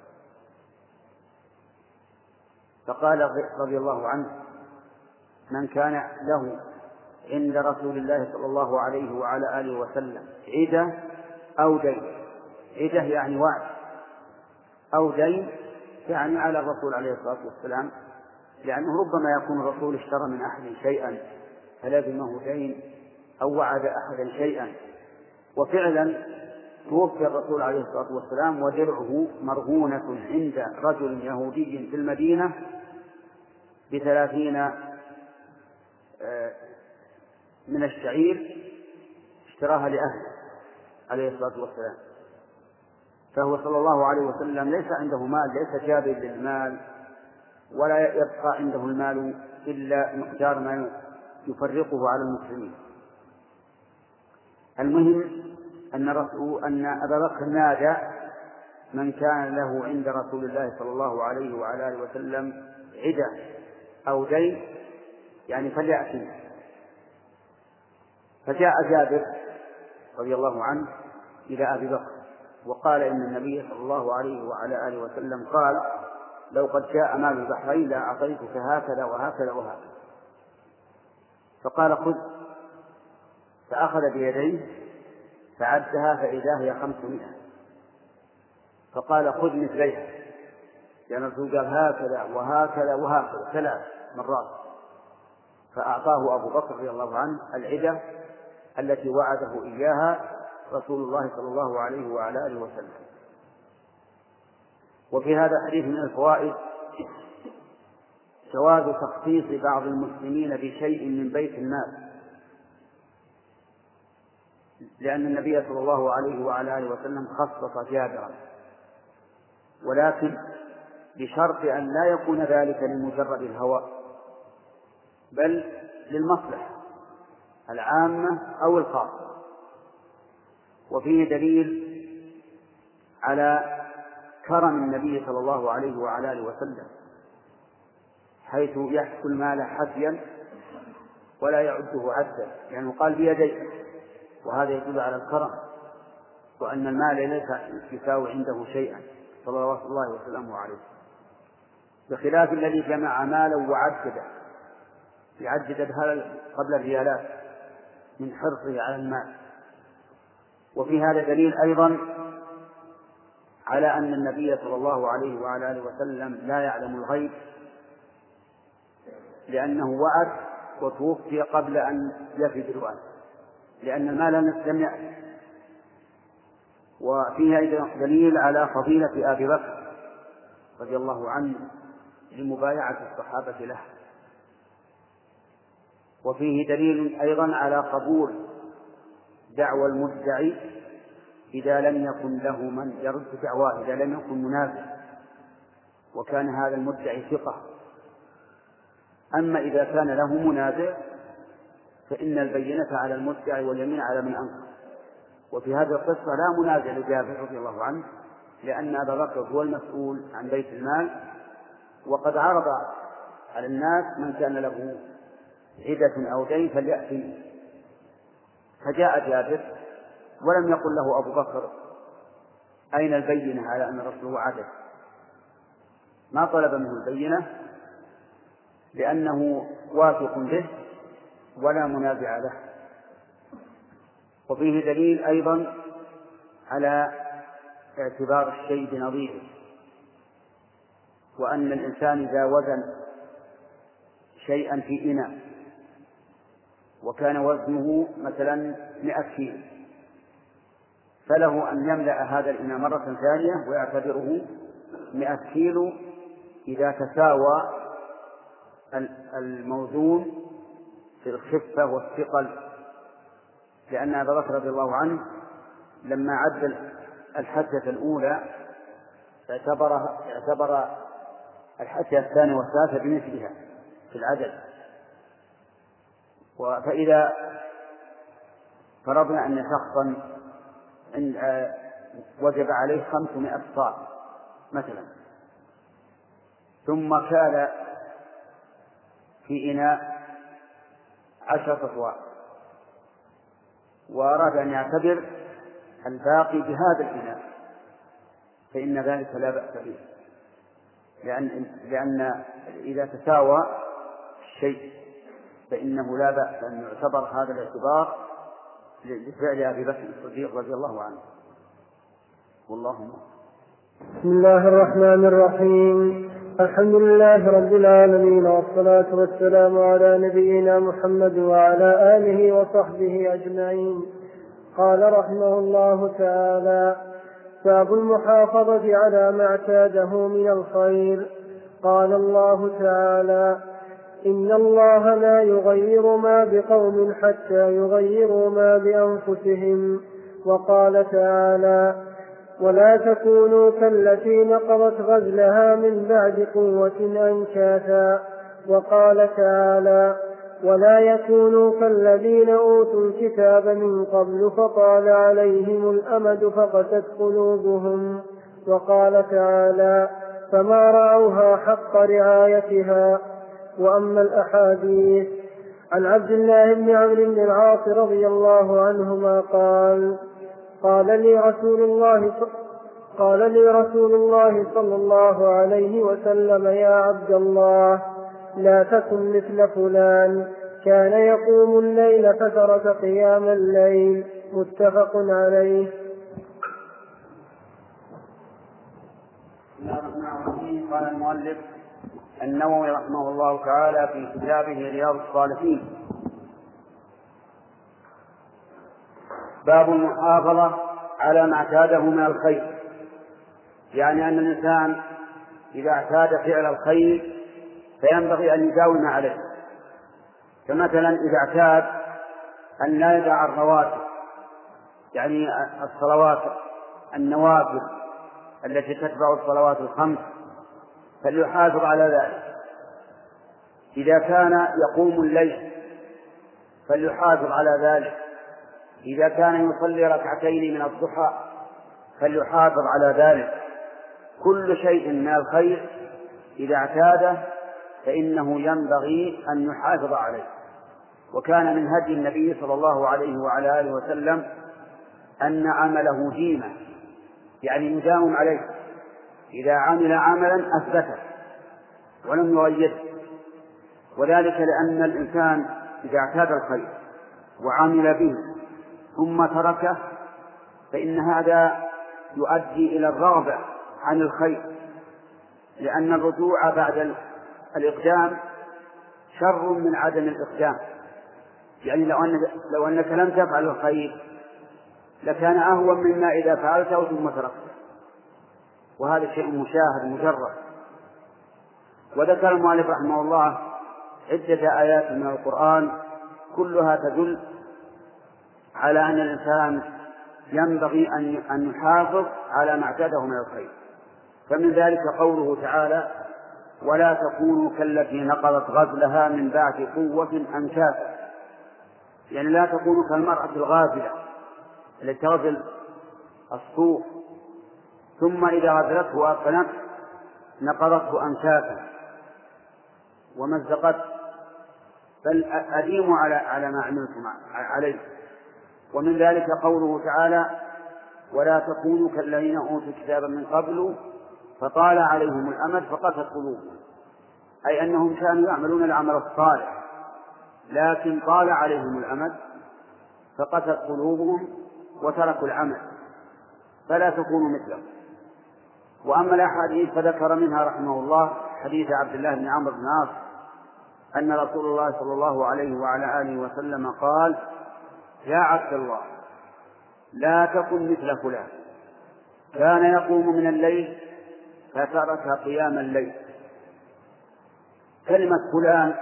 فقال رضي الله عنه: من كان له عند رسول الله صلى الله عليه وعلى آله وسلم عدة أو دين، عدة يعني وعد، أو دين يعني على الرسول عليه الصلاة والسلام، لأنه ربما يكون الرسول اشترى من أحد شيئا فلازمه دين أو وعد أحدا شيئا، وفعلا توفي الرسول عليه الصلاة والسلام ودرعه مرهونة عند رجل يهودي في المدينة ب30 من الشعير اشتراها لأهله عليه الصلاة والسلام. فهو صلى الله عليه وسلم ليس عنده مال، ليس جابر للمال، ولا يبقى عنده المال إلا مقدار ما يفرقه على المسلمين. المهم أن أبا بكر نادى: من كان له عند رسول الله صلى الله عليه وعلى آله وسلم عدة أو دين يعني فليأتي. فجاء جابر رضي الله عنه إلى أبي بكر وقال: إن النبي صلى الله عليه وعلى آله وسلم قال: لو قد جاء مال البحرين لأعطيتك هكذا وهكذا وهكذا. فقال: خذ. فأخذ بيديه فعدها فإذا هي 500. فقال: خذ مثليها، لأن الرسول قال هكذا وهكذا وهكذا 3 مرات. فأعطاه أبو بكر رضي الله عنه العدة التي وعده إياها رسول الله صلى الله عليه وعلى آله وسلم. وفي هذا الحديث من الفوائد جواز تخصيص بعض المسلمين بشيء من بيت المال، لأن النبي صلى الله عليه وعلى آله وسلم خصص جابرا، ولكن بشرط أن لا يكون ذلك لمجرد الهوى، بل للمصلحة العامة أو الخاصة. وفيه دليل على كرم النبي صلى الله عليه وعلى آله وسلم، حيث يحث المال حثيا ولا يعده عدا، يعني قال بيديه، وهذا يدل على الكرم وأن المال ليس يساوي عنده شيئا صلى الله وسلم عليه، بخلاف الذي جمع مالا وعدده، يعدد هذا قبل الريالات من حرصه على المال. وفي هذا دليل أيضا على أن النبي صلى الله عليه وعلى آله وسلم لا يعلم الغيب، لأنه وعد وتوفي قبل أن يفد الوعد، لأن المال لم يأتي. وفيه أيضا دليل على فضيلة أبي بكر رضي الله عنه لمبايعة الصحابة له. وفيه دليل أيضا على قبول دعوى المدعي إذا لم يكن له من يرد دعواه، إذا لم يكن منافع وكان هذا المدعي ثقة. أما إذا كان له منازع فإن البينة على المدعي واليمين على من أنكر. وفي هذه القصة لا منازع لجابر رضي الله عنه، لأن أبا بكر هو المسؤول عن بيت المال، وقد عرض على الناس من كان له عدة أو دين فليأتي. فجاء جابر ولم يقل له أبو بكر أين البينة على أن رسوله عدد، ما طلب منه البينة لأنه واثق به ولا منازع له. وفيه دليل أيضا على اعتبار الشيء بنظيره، وأن الإنسان إذا وزن شيئا في إناء وكان وزنه مثلا 100 كيلو، فله أن يملأ هذا الإناء مرة ثانية ويعتبره 100 كيلو إذا تساوى الموزون في الخفة والثقل. لأن أبا بكر رضي الله عنه لما عد الحثة الأولى اعتبر الحثة الثانية والثالثة بمثلها في العدد. فإذا فرضنا أن شخصا وجب عليه 500 صاع مثلا، ثم كان في إناء 10 أطوال وأراد أن يعتبر الباقي بهذا الإناء فإن ذلك لا بأس به، لأن إذا تساوى الشيء فإنه لا بأس أن يعتبر هذا الاعتبار لفعل أبي بكر الصديق رضي الله عنه. والله بسم الله الرحمن الرحيم. الحمد لله رب العالمين، والصلاة والسلام على نبينا محمد وعلى آله وصحبه أجمعين. قال رحمه الله تعالى: باب المحافظة على ما اعتاده من الخير. قال الله تعالى: إن الله لا يغير ما بقوم حتى يغيروا ما بأنفسهم. وقال تعالى: ولا تكونوا كالتي نقضت غزلها من بعد قوة أنكاثا. وقال تعالى: ولا يكونوا كالذين أوتوا الكتاب من قبل فطال عليهم الأمد فقست قلوبهم. وقال تعالى: فما رعوها حق رعايتها. وأما الأحاديث عن عبد الله بن عمرو بن العاص رضي الله عنهما قال لي رسول الله صلى الله عليه وسلم: يا عبد الله، لا تكن مثل فلان كان يقوم الليل فترك قيام الليل. متفق عليه. قال المؤلف النووي رحمه الله تعالى في كتابه رياض الصالحين: باب المحافظة على ما اعتاده من الخير، يعني أن الإنسان إذا اعتاد فعل الخير فينبغي أن يداوم عليه. فمثلا إذا اعتاد أن لا يدع الرواتب، يعني الصلوات النوافل التي تتبع الصلوات الخمس، فليحافظ على ذلك. إذا كان يقوم الليل فليحافظ على ذلك. إذا كان يصلي ركعتين من الضحى فليحافظ على ذلك. كل شيء من الخير إذا اعتاده فإنه ينبغي أن يحافظ عليه. وكان من هدي النبي صلى الله عليه وعلى آله وسلم أن عمله ديما، يعني يداوم عليه. إذا عمل عملا أثبته ولم يغيره، وذلك لأن الإنسان إذا اعتاد الخير وعمل به ثم تركه فإن هذا يؤدي إلى الرغبة عن الخير، لأن الرجوع بعد الإقدام شر من عدم الإقدام. يعني لو أنك لم تفعل الخير لكان أهون مما إذا فعلته ثم تركته، وهذا شيء مشاهد مجرد. وذكر المؤلف رحمه الله عدة آيات من القرآن كلها تدل على أن الإنسان ينبغي أن يحافظ على ما اعتاده من الخير. فمن ذلك قوله تعالى: ولا تكونوا كالتي نقضت غزلها من بعد قوة أنكاثا، يعني لا تكونوا كالمرأة الغازلة التي تغزل الصوف ثم إذا غزلته وأثنت نقضته أنكاثا ومزقت، بل أديموا على ما عملتم عليه. ومن ذلك قوله تعالى: ولا تكونوا كالذين أوتوا الكتاب من قبل فطال عليهم الأمد فقست قلوبهم، أي أنهم كانوا يعملون العمل الصالح لكن طال عليهم الأمد فقست قلوبهم وتركوا العمل، فلا تكونوا مثلهم. وأما الأحاديث فذكر منها رحمه الله حديث عبد الله بن عمرو بن العاص أن رسول الله صلى الله عليه وعلى آله وسلم قال: يا عبد الله، لا تكن مثل فلان كان يقوم من الليل فترك قيام الليل. كلمة فلان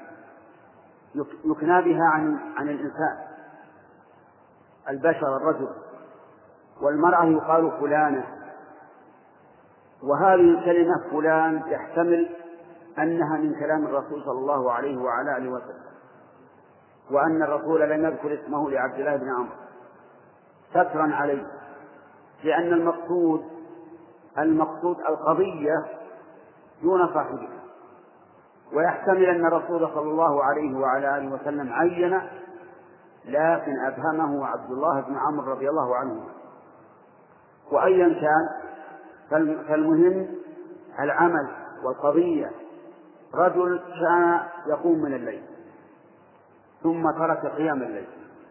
يكنى بها عن الإنسان، البشر الرجل، والمرأة يقال فلانة. وهذه الكلمة فلان يحتمل أنها من كلام الرسول صلى الله عليه وعلى آله وسلم، وأن الرسول لم يذكر اسمه لعبد الله بن عمرو سترا عليه، لأن المقصود القضية دون صاحبها. ويحتمل أن الرسول صلى الله عليه وعلى آله وسلم عين، لكن أبهمه عبد الله بن عمرو رضي الله عنه. وأيا كان فالمهم العمل والقضية. رجل كان يقوم من الليل ثم ترك قيام الليل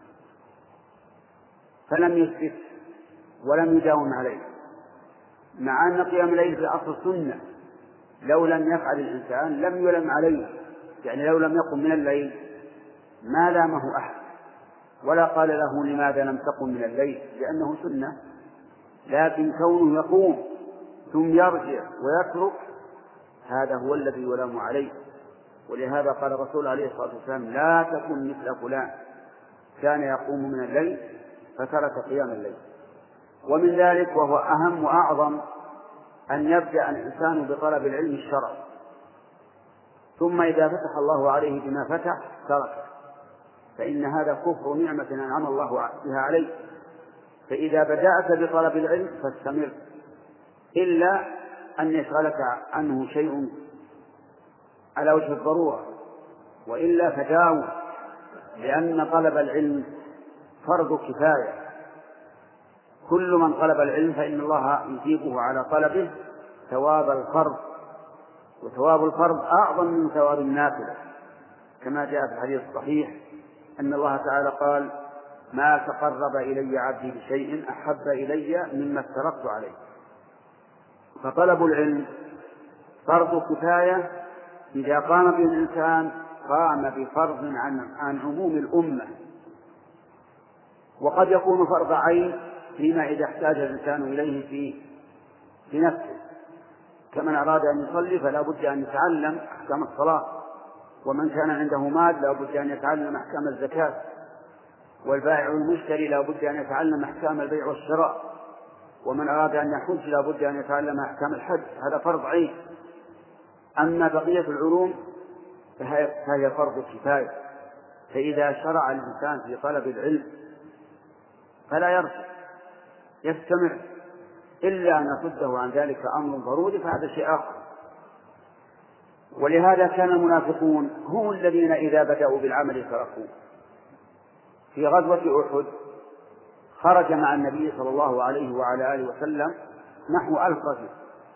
فلم يثبت ولم يداوم عليه، مع أن قيام الليل في الأصل سنة، لو لم يفعل الإنسان لم يلم عليه، يعني لو لم يقم من الليل ما لامه أحد ولا قال له لماذا لم تقم من الليل، لأنه سنة. لكن كونه يقوم ثم يرجع ويترك هذا هو الذي يلام عليه. ولهذا قال الرسول عليه الصلاة والسلام: لا تكن مثل فلان كان يقوم من الليل فترك قيام الليل. ومن ذلك وهو أهم وأعظم أن يبدأ الإنسان بطلب العلم الشرعي، ثم إذا فتح الله عليه بما فتح تركه، فإن هذا كفر نعمة أنعم الله بها عليه. فإذا بدأت بطلب العلم فاستمر، إلا أن يشغلك عنه شيء على وجه الضرورة، وإلا فداوم، لأن طلب العلم فرض كفاية. كل من طلب العلم فإن الله يجيبه على طلبه ثواب الفرض، وثواب الفرض أعظم من ثواب النافلة، كما جاء في الحديث الصحيح أن الله تعالى قال: ما تقرب إلي عبدي بشيء أحب إلي مما افترضت عليه. فطلب العلم فرض كفاية، إذا قام به الإنسان قام بفرض عن عموم الأمة، وقد يكون فرض عين فيما إذا احتاج الإنسان إليه في نفسه، كمن أراد أن يصلي فلا بد أن يتعلم أحكام الصلاة، ومن كان عنده مال لا بد أن يتعلم أحكام الزكاة، والبائع والمشتري لا بد أن يتعلم أحكام البيع والشراء، ومن أراد أن يحج لا بد أن يتعلم أحكام الحج، هذا فرض عين. أما بقية العلوم فهي فرض كفاية. فإذا شرع الإنسان في طلب العلم فلا يرجع، يستمر، إلا أن يصده عن ذلك أمر ضروري فهذا شيء آخر. ولهذا كان المنافقون هم الذين إذا بدأوا بالعمل تركوه. في غزوة أحد خرج مع النبي صلى الله عليه وعلى آله وسلم نحو 1000 رجل،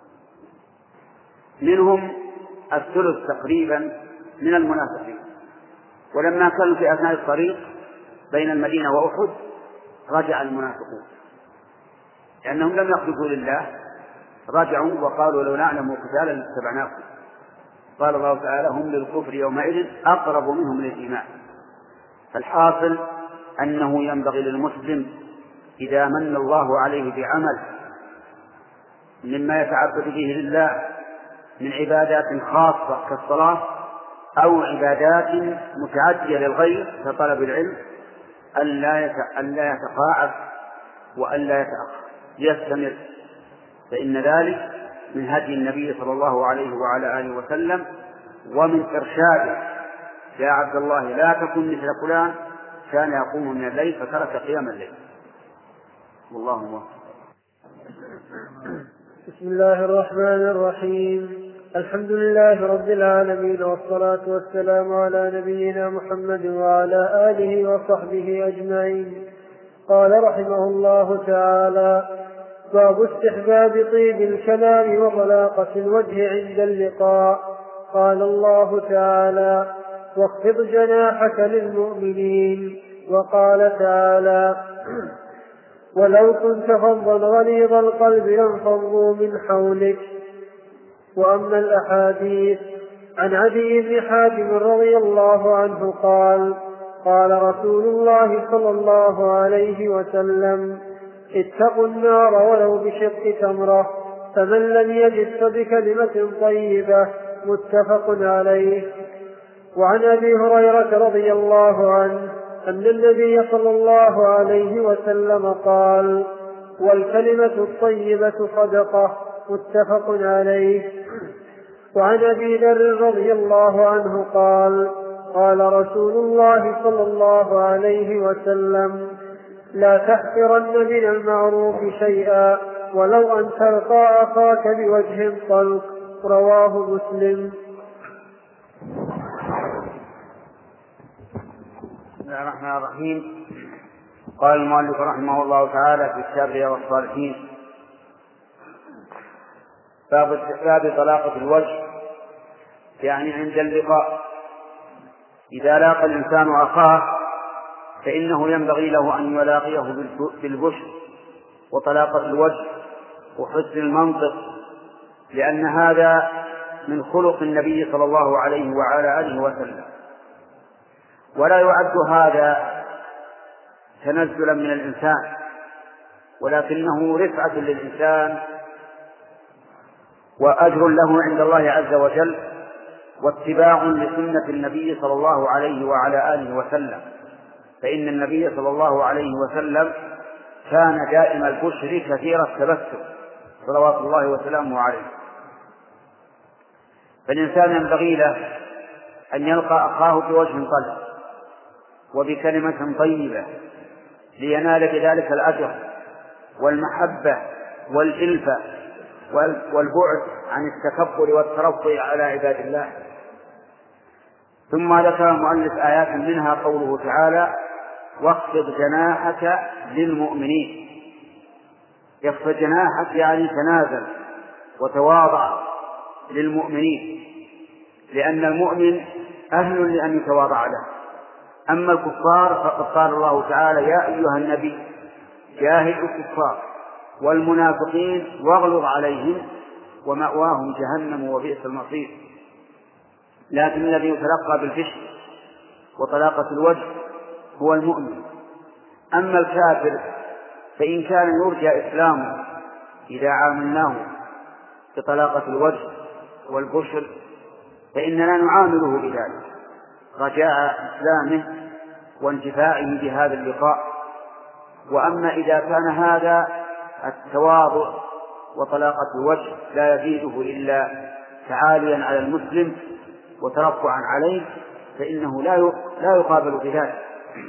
منهم الثلث تقريبا من المنافقين. ولما كانوا في أثناء الطريق بين المدينة وأحد رجع المنافقون، لأنهم لم يخلصوا لله، رجعوا وقالوا: لو نعلم قتالا لاتبعناكم. قال الله تعالى: هم للكفر يومئذ أقرب منهم للإيمان. فالحاصل أنه ينبغي للمسلم إذا من الله عليه بعمل مما يتعبد به لله من عبادات خاصة كالصلاة أو عبادات متعدية للغير كطلب العلم أن لا يتقاعد وأن لا يتأخر، يستمر، فإن ذلك من هدي النبي صلى الله عليه وعلى آله وسلم ومن إرشاده: يا عبد الله لا تكن مثل فلان كان يقوم من الليل فترك قيام الليل. والله موفق. بسم الله الرحمن الرحيم. الحمد لله رب العالمين، والصلاة والسلام على نبينا محمد وعلى آله وصحبه أجمعين. قال رحمه الله تعالى: باب استحباب طيب الكلام وطلاقة الوجه عند اللقاء. قال الله تعالى: واخفض جناحك للمؤمنين. وقال تعالى: ولو كنت فظا غليظ القلب لانفضوا من حولك. وأما الأحاديث: عن عدي بن حاتم رضي الله عنه قال: قال رسول الله صلى الله عليه وسلم: اتقوا النار ولو بشق تمرة، فمن لم يجد فبكلمة طيبة. متفق عليه. وعن أبي هريرة رضي الله عنه أن النبي صلى الله عليه وسلم قال: والكلمة الطيبة صدقة. متفق عليه. وعن أبي ذر رضي الله عنه قال: قال رسول الله صلى الله عليه وسلم: لا تحقرن من المعروف شيئا ولو أن تلقى أخاك بوجه طلق. رواه مسلم. الله الرحمن الرحيم. قال المؤلف رحمه الله تعالى في كتاب رياض الصالحين: باب طلاقة الوجه، يعني عند اللقاء إذا لاقى الإنسان أخاه فإنه ينبغي له أن يلاقيه بالبشر وطلاقة الوجه وحسن المنطق، لأن هذا من خلق النبي صلى الله عليه وعلى آله وسلم، ولا يعد هذا تنزلا من الإنسان، ولكنه رفعة للإنسان وأجر له عند الله عز وجل، واتباع لسنة النبي صلى الله عليه وعلى آله وسلم، فإن النبي صلى الله عليه وسلم كان دائم البشر كثير التبسم صلوات الله وسلامه عليه. فالإنسان ينبغي له أن يلقى أخاه بوجه طلق وبكلمة طيبة لينال بذلك الأجر والمحبة والإلفة والبعد عن التكبر والترفع على عباد الله. ثم ذكر المؤلف آيات منها قوله تعالى: واخفض جناحك للمؤمنين. يخفض جناحك يعني تنازل وتواضع للمؤمنين، لأن المؤمن أهل لأن يتواضع له. أما الكفار فقد قال الله تعالى: يا أيها النبي جاهد الكفار والمنافقين واغلظ عليهم ومأواهم جهنم وبئس المصير. لكن الذي يتلقى بالفشل وطلاقة الوجه هو المؤمن. أما الكافر فإن كان يرجى إسلامه إذا عاملناه بطلاقة الوجه والبشر فإننا نعامله بذلك رجاء إسلامه وانتفاعه بهذا اللقاء. وأما إذا كان هذا التواضع وطلاقة الوجه لا يزيده إلا تعاليا على المسلم وترفعا عليه فإنه لا يقابل بذلك.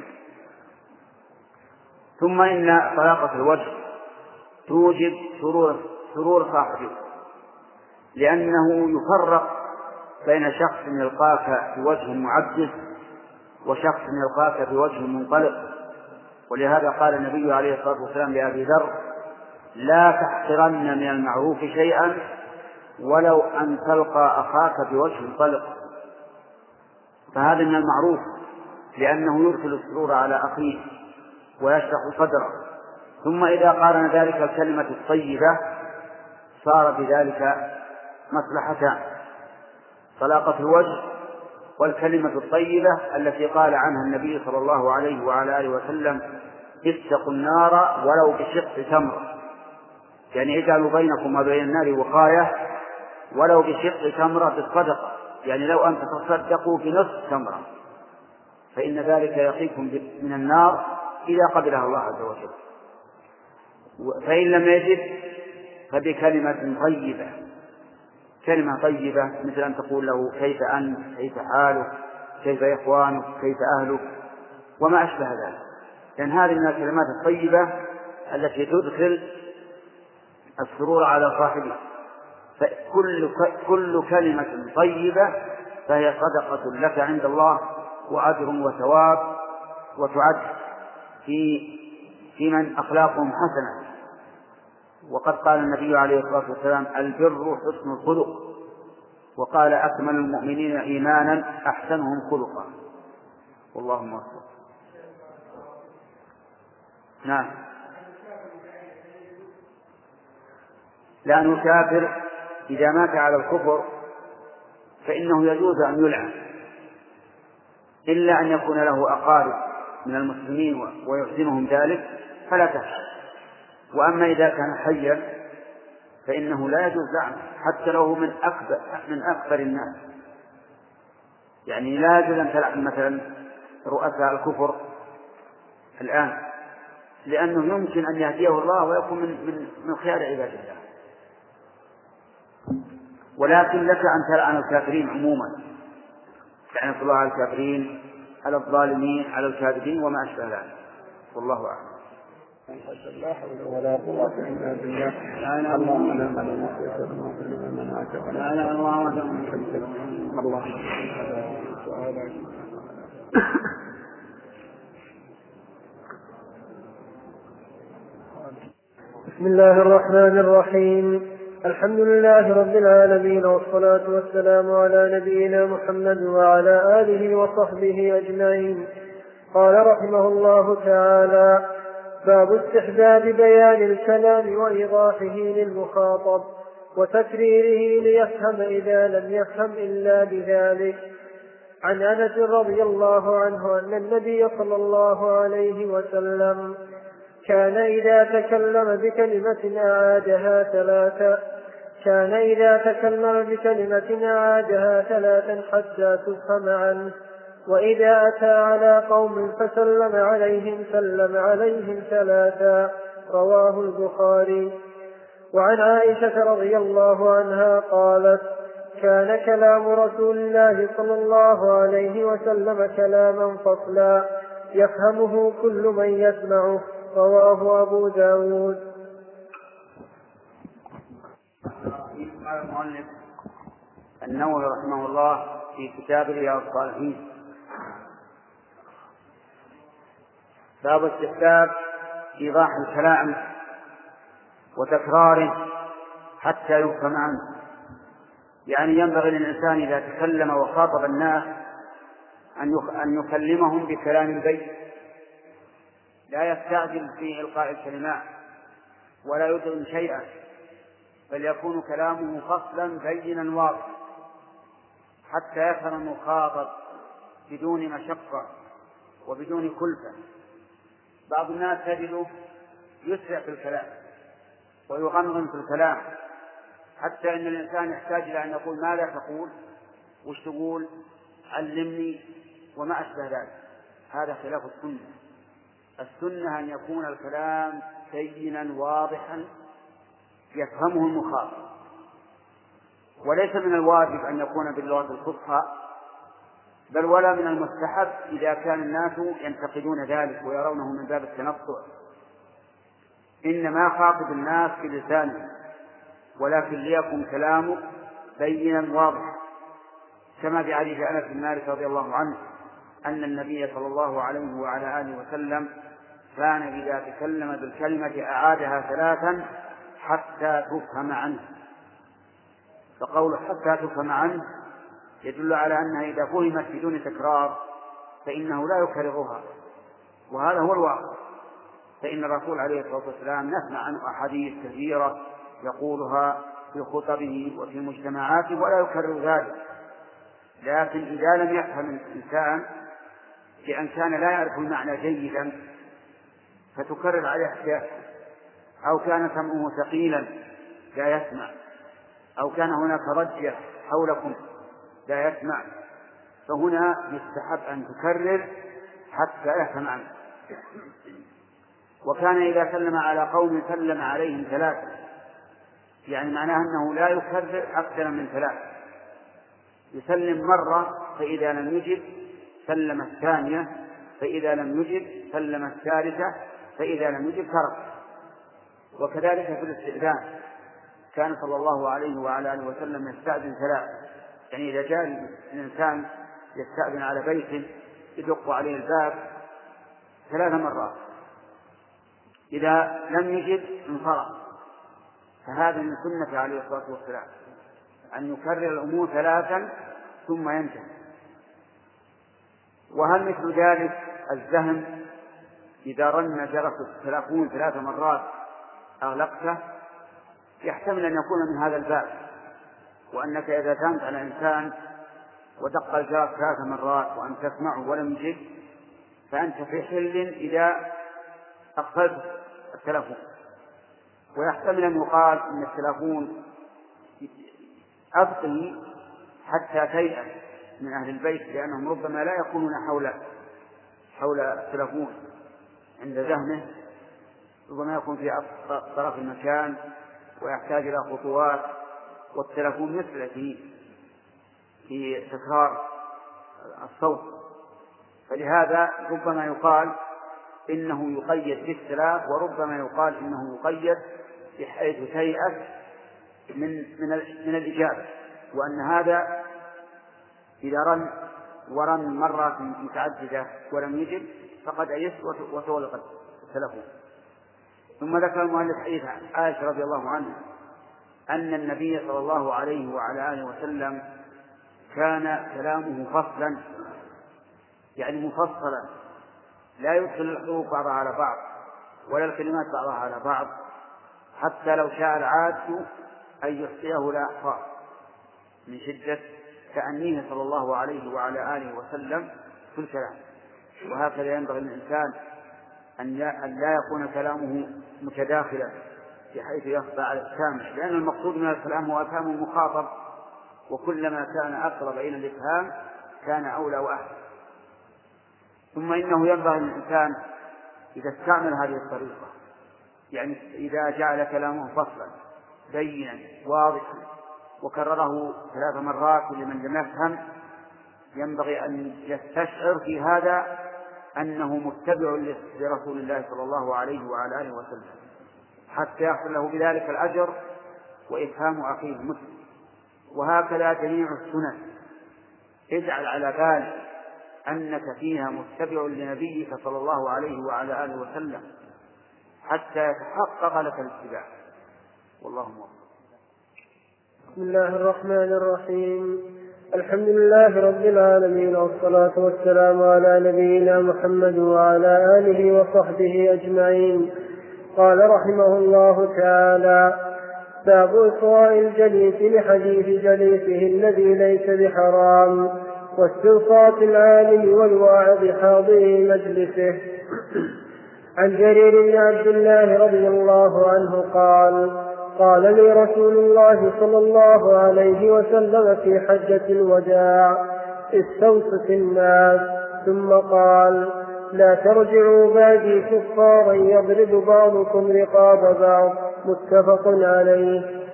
ثم إن طلاقة الوجه توجب سرور صاحبه، لأنه يفرق بين شخص يلقاك بوجه معجز وشخص يلقاك بوجه منطلق. ولهذا قال النبي عليه الصلاة والسلام لأبي ذر: لا تحقرن من المعروف شيئا ولو أن تلقى أخاك بوجه طلق. فهذا من المعروف لأنه يرسل السرور على أخيه ويشرح صدره. ثم إذا قارن ذلك الكلمة الطيبة صار بذلك مصلحتان: طلاقة الوجه والكلمة الطيبة التي قال عنها النبي صلى الله عليه وعلى آله وسلم: اتقوا النار ولو بشق تمرة، يعني اجعلوا بينكم وبين النار وقاية ولو بشق تمرة بالصدقة، يعني لو أن تتصدقوا بنصف تمرة فإن ذلك يقيكم من النار إذا قبلها الله عز وجل. فإن لم يجد فبكلمة طيبة، كلمة طيبة مثل أن تقول له: كيف أنت، كيف حالك، كيف إخوانك، كيف أهلك، وما أشبه ذلك، لأن هذه من الكلمات الطيبة التي تدخل السرور على صاحبه. فكل كلمة طيبة فهي صدقة لك عند الله وأجر وثواب، وتعد في من أخلاقهم حسنة. وقد قال النبي عليه الصلاة والسلام: البر حسن الخلق، وقال: أكمل المؤمنين إيمانا أحسنهم خلقا. والله موفق. نعم. لأن الكافر إذا مات على الكفر فإنه يجوز أن يلعن، إلا أن يكون له أقارب من المسلمين ويحزنهم ذلك فلا تفعل. وأما إذا كان حيا فإنه لا يجوز لعنه حتى لو من أكبر الناس. يعني لا يجوز أن تلعن مثلا رؤساء الكفر الآن، لأنه يمكن أن يهديه الله ويكون من خيار عباد الله. ولكن لك أن تلعن الكافرين عموما، لعنة الله على الكافرين، على الظالمين، على الكاذبين وما أشبه ذلك. والله أعلم. لا حول ولا قوة إلا بالله. اللهم لا منعك ولا الله. بسم الله الرحمن الرحيم. الحمد لله رب العالمين، والصلاة والسلام على نبينا محمد وعلى آله وصحبه أجمعين. قال رحمه الله تعالى: باب استحباب بيان الكلام وإيضاحه للمخاطب وتكريره ليفهم إذا لم يفهم إلا بذلك. عن أنس رضي الله عنه أن النبي صلى الله عليه وسلم كان إذا تكلم بكلمة أعادها ثلاثا حتى تفهم عنه، وإذا أتى على قوم فسلم عليهم سلم عليهم ثلاثا. رواه البخاري. وعن عائشة رضي الله عنها قالت: كان كلام رسول الله صلى الله عليه وسلم كلاما فصلا يفهمه كل من يسمعه. رواه أبو داود. قال المؤلف النووي رحمه الله في كتاب رياض الصالحين: باب استحباب إيضاح الكلام وتكراره حتى يفهم عنه. يعني ينبغي للإنسان إذا تكلم وخاطب الناس أن يكلمهم بكلام بين، لا يستعجل في إلقاء الكلمات ولا يدعم شيئا، بل يكون كلامه فصلا بينا واضحا حتى يفهم المخاطب بدون مشقة وبدون كلفة. بعض الناس تجده يسرع في الكلام ويغمض في الكلام حتى إن الإنسان يحتاج إلى أن يقول: ماذا تقول؟ وش تقول؟ علمني، وما أشبه ذلك. هذا خلاف السنة. السنة أن يكون الكلام بينا واضحا يفهمه المخاطب، وليس من الواجب أن يكون باللغة الفصحى، بل ولا من المستحب إذا كان الناس ينتقدون ذلك ويرونه من باب التنطع. إنما خاطب الناس بلسانه، ولكن ليكن كلامه بينا واضحا، كما بحديث أنس بن مالك رضي الله عنه أن النبي صلى الله عليه وعلى آله وسلم كان إذا تكلم بالكلمة أعادها ثلاثا حتى تفهم عنه. فقوله حتى تفهم عنه يدل على أنها إذا فهمت بدون تكرار فإنه لا يكررها، وهذا هو الواقع. فإن الرسول عليه الصلاة والسلام نسمع عنه أحاديث كثيرة يقولها في خطبه وفي مجتمعاته ولا يكرر ذلك. لكن إذا لم يفهم الإنسان بأن كان لا يعرف المعنى جيدا فتكرر عليه أشياء، أو كان سمعه ثقيلا لا يسمع، أو كان هناك ضجة حولكم لا يسمع، فهنا يستحب أن تكرر حتى يفهم عنه. وكان إذا سلم على قوم سلم عليهم ثلاثة، يعني معناه أنه لا يكرر أكثر من ثلاثة، يسلم مرة فإذا لم يجب سلم الثانية، فإذا لم يجب سلم الثالثة، فإذا لم يجب ترك. وكذلك في الاستئذان كان صلى الله عليه وعلى آله وسلم يستأذن ثلاثة، يعني إذا جاء الإنسان يستأذن على بيت يدق عليه الباب 3 مرات، إذا لم يجب انصرف. فهذا من سنة عليه الصلاة والسلام أن يكرر الأمور 3 ثم ينتهي. وهل مثل ذلك الزهم إذا رن جرس التلفون 3 مرات أغلقته؟ يحتمل أن يكون من هذا الباب، وأنك إذا كانت على إنسان ودق الجرس 3 مرات وأن تسمعه ولم يجب فأنت في حل إذا أقفلت التلفون. ويحتمل أن يقال إن التلفون أبقي حتى تيأس من أهل البيت، لأنهم ربما لا يكونون حول التلفون عند ذهنه، ربما يكون في طرف المكان ويحتاج إلى خطوات، والتلفون مثل في تكرار الصوت. فلهذا ربما يقال إنه يقيد بالثلاث، وربما يقال إنه يقيد بحيث تيأس من الإجابة، وأن هذا إذا ورن مرات متعددة ولم يجب فقد أيس وتغلق التلفون. ثم ذكر المؤلف حديث عائشة رضي الله عنها أن النبي صلى الله عليه وعلى آله وسلم كان كلامه فصلا، يعني مفصلا، لا يدخل الحروف بعضها على بعض ولا الكلمات بعضها على بعض، حتى لو شاء العاد أن يحصيه لا أحصاه من شدة تأنيه صلى الله عليه وعلى آله وسلم في الكلام. وهكذا ينبغي للإنسان أن لا يكون كلامه متداخلا بحيث يخفى على السامع، لأن المقصود من الكلام هو أفهام المخاطب، وكلما كان أقرب إلى الإفهام كان أولى وأحسن. ثم إنه ينبغي للإنسان إذا استعمل هذه الطريقة، يعني إذا جعل كلامه فصلا بينا واضحا وكرره 3 مرات لمن لم يفهم، ينبغي أن يستشعر في هذا أنه متبع لرسول الله صلى الله عليه وعلى آله وسلم، حتى يحصل له بذلك الأجر وإفهام أخيه المسلم. وهكذا جميع السنن اجعل على بال أنك فيها متبع لنبيك صلى الله عليه وعلى آله وسلم حتى يتحقق لك الاتباع. والله موفق. بسم الله الرحمن الرحيم. الحمد لله رب العالمين، والصلاة والسلام على نبينا محمد وعلى آله وصحبه أجمعين. قال رحمه الله تعالى: باب إصغاء الجليس لحديث جليسه الذي ليس بحرام، واستنصات العالم والواعظ حاضر مجلسه. عن جرير بن عبد الله رضي الله عنه قال: قال لي رسول الله صلى الله عليه وسلم في حجة الوداع: استوصف الناس، ثم قال: لا ترجعوا بعدي كفارا يضرب بعضكم رقاب بعض. متفق عليه.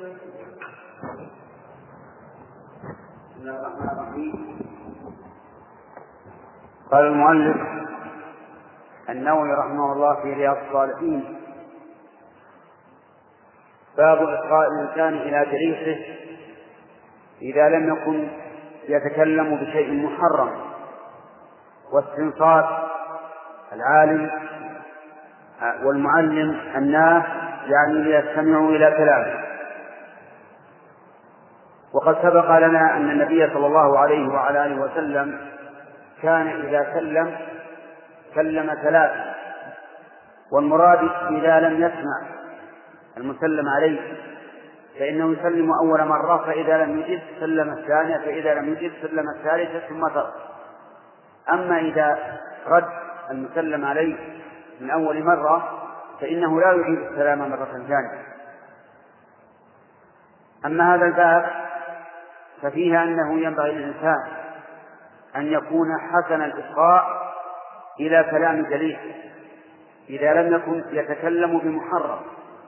قال المؤلف النووي رحمه الله في رياض الصالحين: باب إصغاء الإنسان إلى جليسه إذا لم يكن يتكلم بشيء محرم، واستنصات العالم والمعلم الناس يعني ليستمعوا إلى كلامه. وقد سبق لنا أن النبي صلى الله عليه وعلى آله وسلم كان إذا كلم 3، والمراد إذا لم يسمع المسلم عليه فإنه يسلم أول مرة، فإذا لم يجب سلم الثانية، فإذا لم يجب سلم الثالثة ثم ترك. أما إذا رد المسلم عليه من أول مرة فإنه لا يعيد السلام مرة ثانية. أما هذا الباب ففيه أنه ينبغي للإنسان أن يكون حسن الإصغاء إلى كلام جليسه إذا لم يكن يتكلم بمحرم.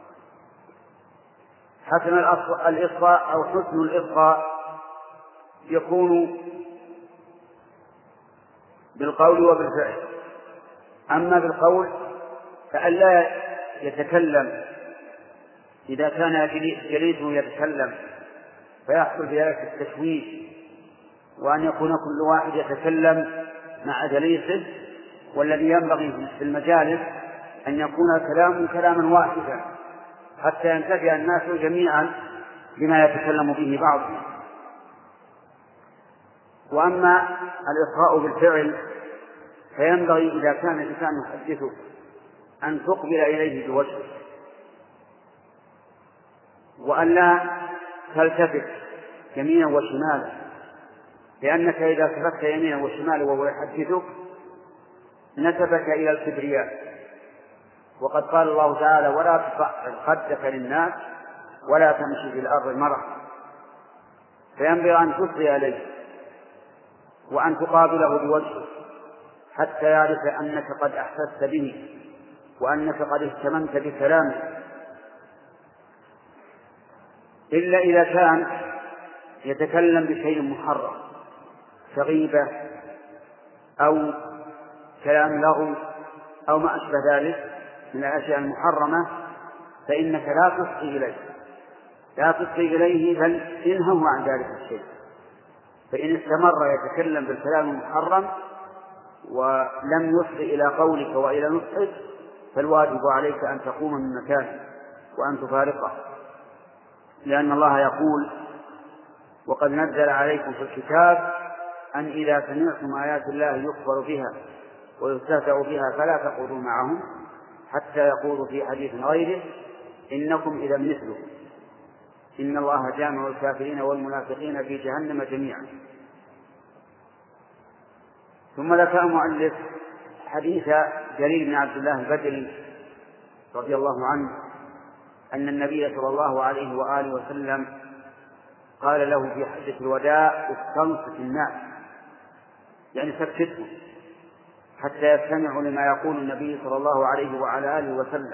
حسن الإصغاء أو حسن الإصغاء يكون بالقول وبالفعل. أما بالقول فألا يتكلم إذا كان جليسه يتكلم فيحصل في ذلك التشويش، وأن يكون كل واحد يتكلم مع جليسه. والذي ينبغي في المجالس أن يكون الكلام كلاما واحدا حتى ينتفع الناس جميعا بما يتكلم به بعضهم. وأما الإصغاء بالفعل فينبغي إذا كان الإنسان يحدثه أن تقبل إليه بوجهه، وأن لا تلتفت يمينا وشمالا، لأنك إذا التفت يمينا وشمالا وهو يحدثك نسبك إلى الكبرياء. وقد قال الله تعالى: ولا تصعر خدك للناس ولا تمشي في الأرض مرحا. فينبغي أن تصغي إليه وأن تقابله بوجهه حتى يعرف أنك قد أحسست به وأنك قد اهتممت بكلامه، إلا إذا كان يتكلم بشيء محرم كغيبة أو كلام لغو أو ما أشبه ذلك من الأشياء المحرمة، فإنك لا تصغي إليه بل انهه عن ذلك الشيء. فإن استمر يتكلم بالكلام المحرم ولم يصغي إلى قولك وإلى نصحك فالواجب عليك أن تقوم من مكانك وأن تفارقه، لأن الله يقول: وقد نزل عليكم في الكتاب أن إذا سمعتم آيات الله يكفر بها ويستهزأ بها فلا تقعدوا معهم حتى يقولوا في حديث غيره إنكم إذا مثله إن الله جامع الكافرين والمنافقين في جهنم جميعا. ثم ذكر المؤلف حديث جرير بن عبد الله البجلي رضي الله عنه أن النبي صلى الله عليه وآله وسلم قال له في حجة الوداع: استنصت الناس، يعني سكتهم حتى يستمعوا لما يقول النبي صلى الله عليه وعلى آله وسلم.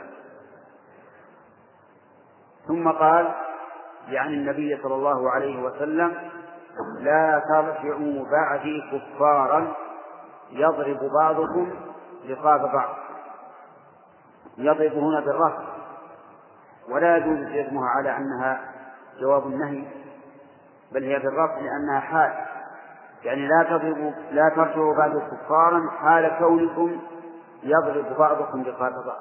ثم قال يعني النبي صلى الله عليه وسلم: لا ترجعوا بعدي كفارا يضرب بعضكم رقاب بعض. يضرب هنا بالرفع، ولا يجوز جزمها على أنها جواب النهي، بل هي بالرفع لأنها حال، يعني لا ترجعوا بعد كفارا حال كونكم يضرب بعضكم رقاب بعض.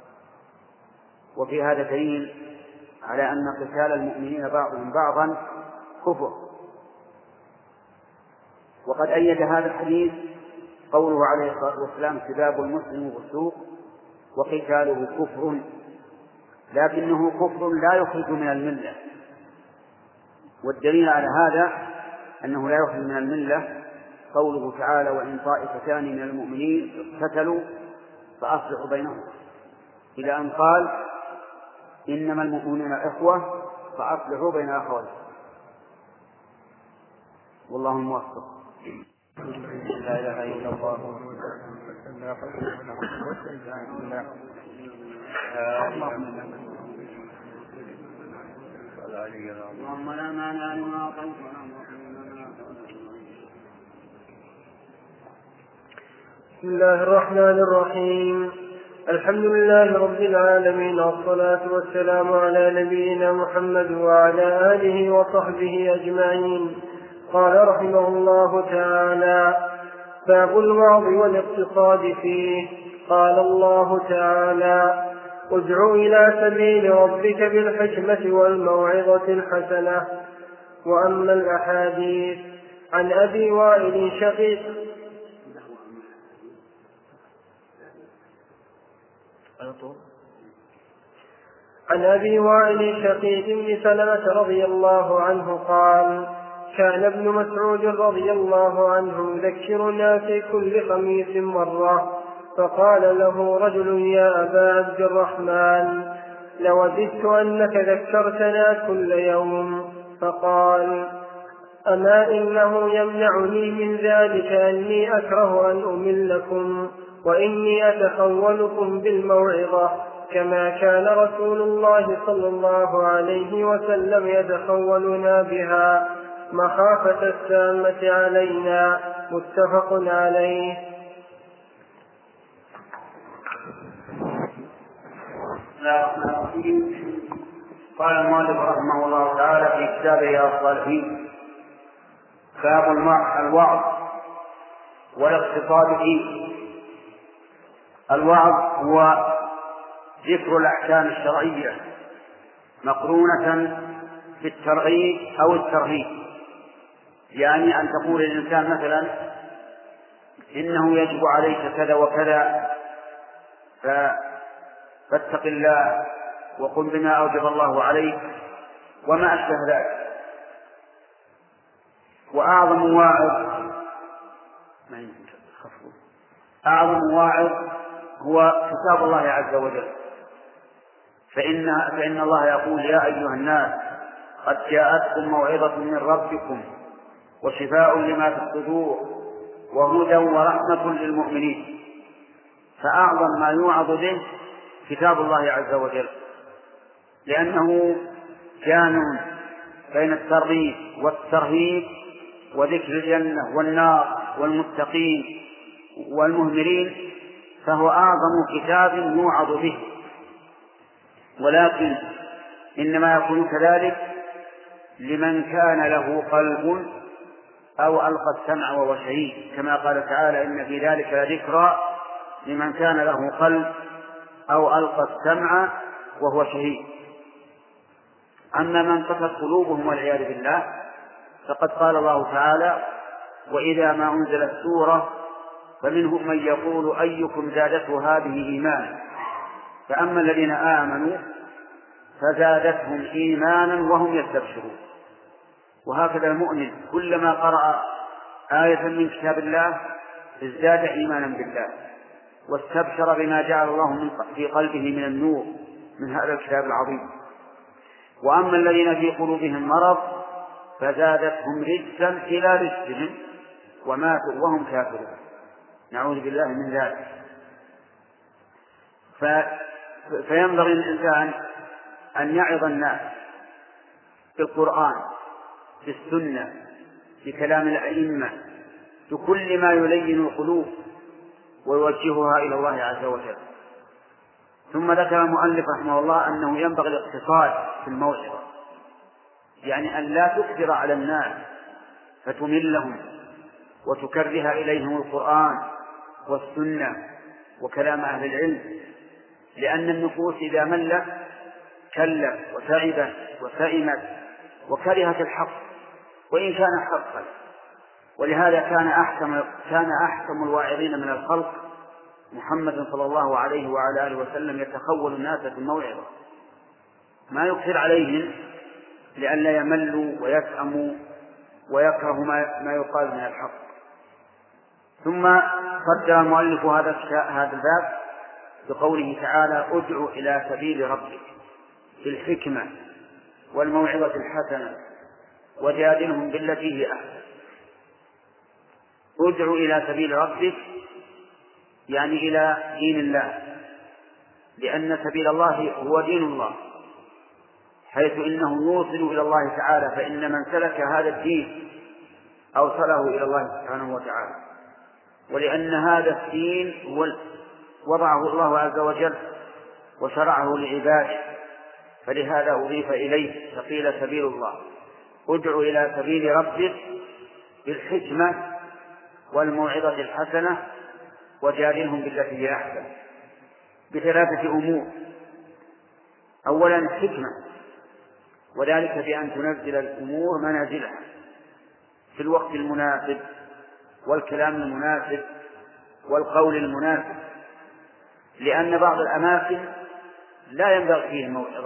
وفي هذا دليل على أن قتال المؤمنين بعضهم بعضا كفر. وقد أيد هذا الحديث قوله عليه الصلاة والسلام: سباب المسلم فسوق وقتاله كفر، لكنه كفر لا يخرج من الملة. والدليل على هذا أنه لا يخرج من الملة قوله تعالى: وإن طائفتان من المؤمنين اقتتلوا فأصلحوا بينهم، إلى أن قال: إنما المؤمنون إخوة فأصلحوا بين أخواتهم. والله الموفق. لا إله إلا الله. اللهم لا مانع لما أعطيت. بسم الله الرحمن الرحيم. الحمد لله رب العالمين، والصلاة والسلام على نبينا محمد وعلى آله وصحبه أجمعين. قال رحمه الله تعالى: باب الوعظ والاقتصاد فيه. قال الله تعالى: ادع إلى سبيل ربك بالحكمة والموعظة الحسنة. وأما الأحاديث عن أبي وائل شقيق بن سلمة رضي الله عنه قال: كان ابن مسعود رضي الله عنه يذكرنا في كل خميس مرة، فقال له رجل: يا أبا عبد الرحمن، لوددت أنك ذكرتنا كل يوم. فقال: أما إنه يمنعني من ذلك أني أكره أن أملكم، وإني أتخولكم بالموعظة كما كان رسول الله صلى الله عليه وسلم يتخولنا بها مخافة السامة علينا. متفق عليه. قال المؤلف رحمه الله تعالى في كتابه الصالحين: باب الوعظ والاقتصاد فيه. الوعظ هو ذكر الأحكام الشرعية مقرونة بالترغيب أو الترهيب، يعني أن تقول للإنسان مثلا: إنه يجب عليك كذا وكذا فاتق الله وقل بما أوجب الله عليك وما أشبه ذلك. وأعظم واعظ هو كتاب الله عز وجل، فإن الله يقول: يا أيها الناس قد جاءتكم موعظة من ربكم وشفاء لما في الصدور وهدى ورحمة للمؤمنين. فأعظم ما يوعظ به كتاب الله عز وجل، لأنه جامع بين الترغيب والترهيب وذكر الجنة والنار والمتقين والمهملين، فهو أعظم كتاب يوعظ به. ولكن إنما يكون كذلك لمن كان له قلب أو ألقى السمع وهو شهيد، كما قال تعالى: إن في ذلك لذكرى لمن كان له قلب أو ألقى السمع وهو شهيد. أما من قست قلوبهم والعياذ بالله فقد قال الله تعالى: وإذا ما أنزلت سورة فمنهم من يقول أيكم زادته هذه إيمانا، فأما الذين آمنوا فزادتهم إيمانا وهم يستبشرون. وهكذا المؤمن كلما قرأ آية من كتاب الله ازداد إيمانا بالله واستبشر بما جعل الله في قلبه من النور من هذا الكتاب العظيم. وأما الذين في قلوبهم مرض فزادتهم رجسا إلى رجسهم وماتوا وهم كافرون، نعوذ بالله من ذلك. فينبغي للإنسان أن يعظ الناس بالقرآن، بالسنة، بكلام الأئمة، بكل ما يلين القلوب ويوجهها إلى الله عز وجل. ثم ذكر المؤلف رحمه الله أنه ينبغي الاقتصاد في الموعظة، يعني أن لا تكثر على الناس فتملهم وتكره إليهم القرآن والسنة وكلام أهل العلم، لأن النفوس إذا ملت كلت وتعبت وسئمت وكرهت الحق وإن كان حقا. ولهذا كان أحكم الواعظين من الخلق محمد صلى الله عليه وعلى آله وسلم يتخول الناس في الموعظة، ما يكثر عليهم لئلا يملوا ويسأموا ويكرهوا ما يقال من الحق. ثم قدر المؤلف هذا الباب بقوله تعالى: ادع إلى سبيل ربك بالحكمة والموعظة الحسنة وجادلهم بالتي هي أحسن. ادع إلى سبيل ربك يعني إلى دين الله، لأن سبيل الله هو دين الله، حيث إنه يوصل إلى الله تعالى، فإن من سلك هذا الدين أوصله إلى الله سبحانه وتعالى. ولأن هذا الدين وضعه الله عز وجل وشرعه لعباده، فلهذا أضيف إليه فقيل سبيل الله. ادع إلى سبيل ربك بالحكمة والموعظة الحسنة وجادلهم بالتي هي أحسن، بثلاثة أمور. أولا الحكمة، وذلك بأن تنزل الأمور منازلها في الوقت المناسب والكلام المناسب والقول المناسب، لأن بعض الأماكن لا ينبغي فيها الموعظة،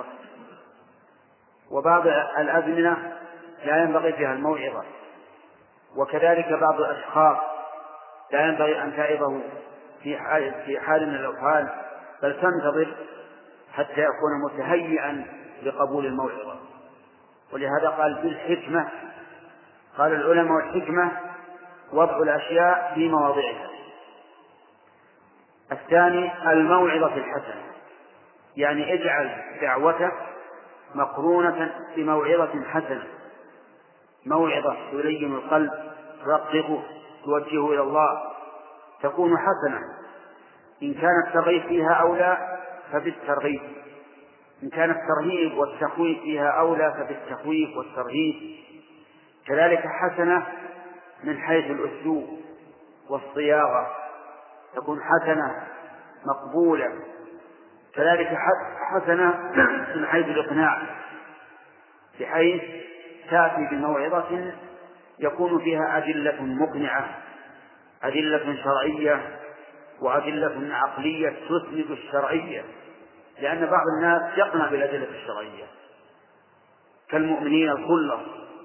وبعض الأزمنة لا ينبغي فيها الموعظة، وكذلك بعض الأشخاص لا ينبغي أن تعظه في حال من الأحوال، بل تنتظر حتى يكون متهيئا لقبول الموعظة. ولهذا قال بالحكمة. قال العلماء الحكمة وضع الأشياء في مواضعها. الثاني الموعظة الحسنة، يعني اجعل دعوتك مقرونة بموعظة حسنة، موعظة تلين القلب ترققه توجهه إلى الله، تكون حسنة. إن كان الترغيب فيها أولى فبالترغيب، إن كان الترهيب والتخويف فيها أولى فبالتخويف والترهيب. كذلك حسنة من حيث الأسلوب والصياغة تكون حسنة مقبولة. كذلك حسنة من حيث الإقناع، بحيث تأتي بموعظة يكون فيها أدلة مقنعة، أدلة شرعية وأدلة عقلية تسند الشرعية، لأن بعض الناس يقنع بالأدلة الشرعية كالمؤمنين الخلة،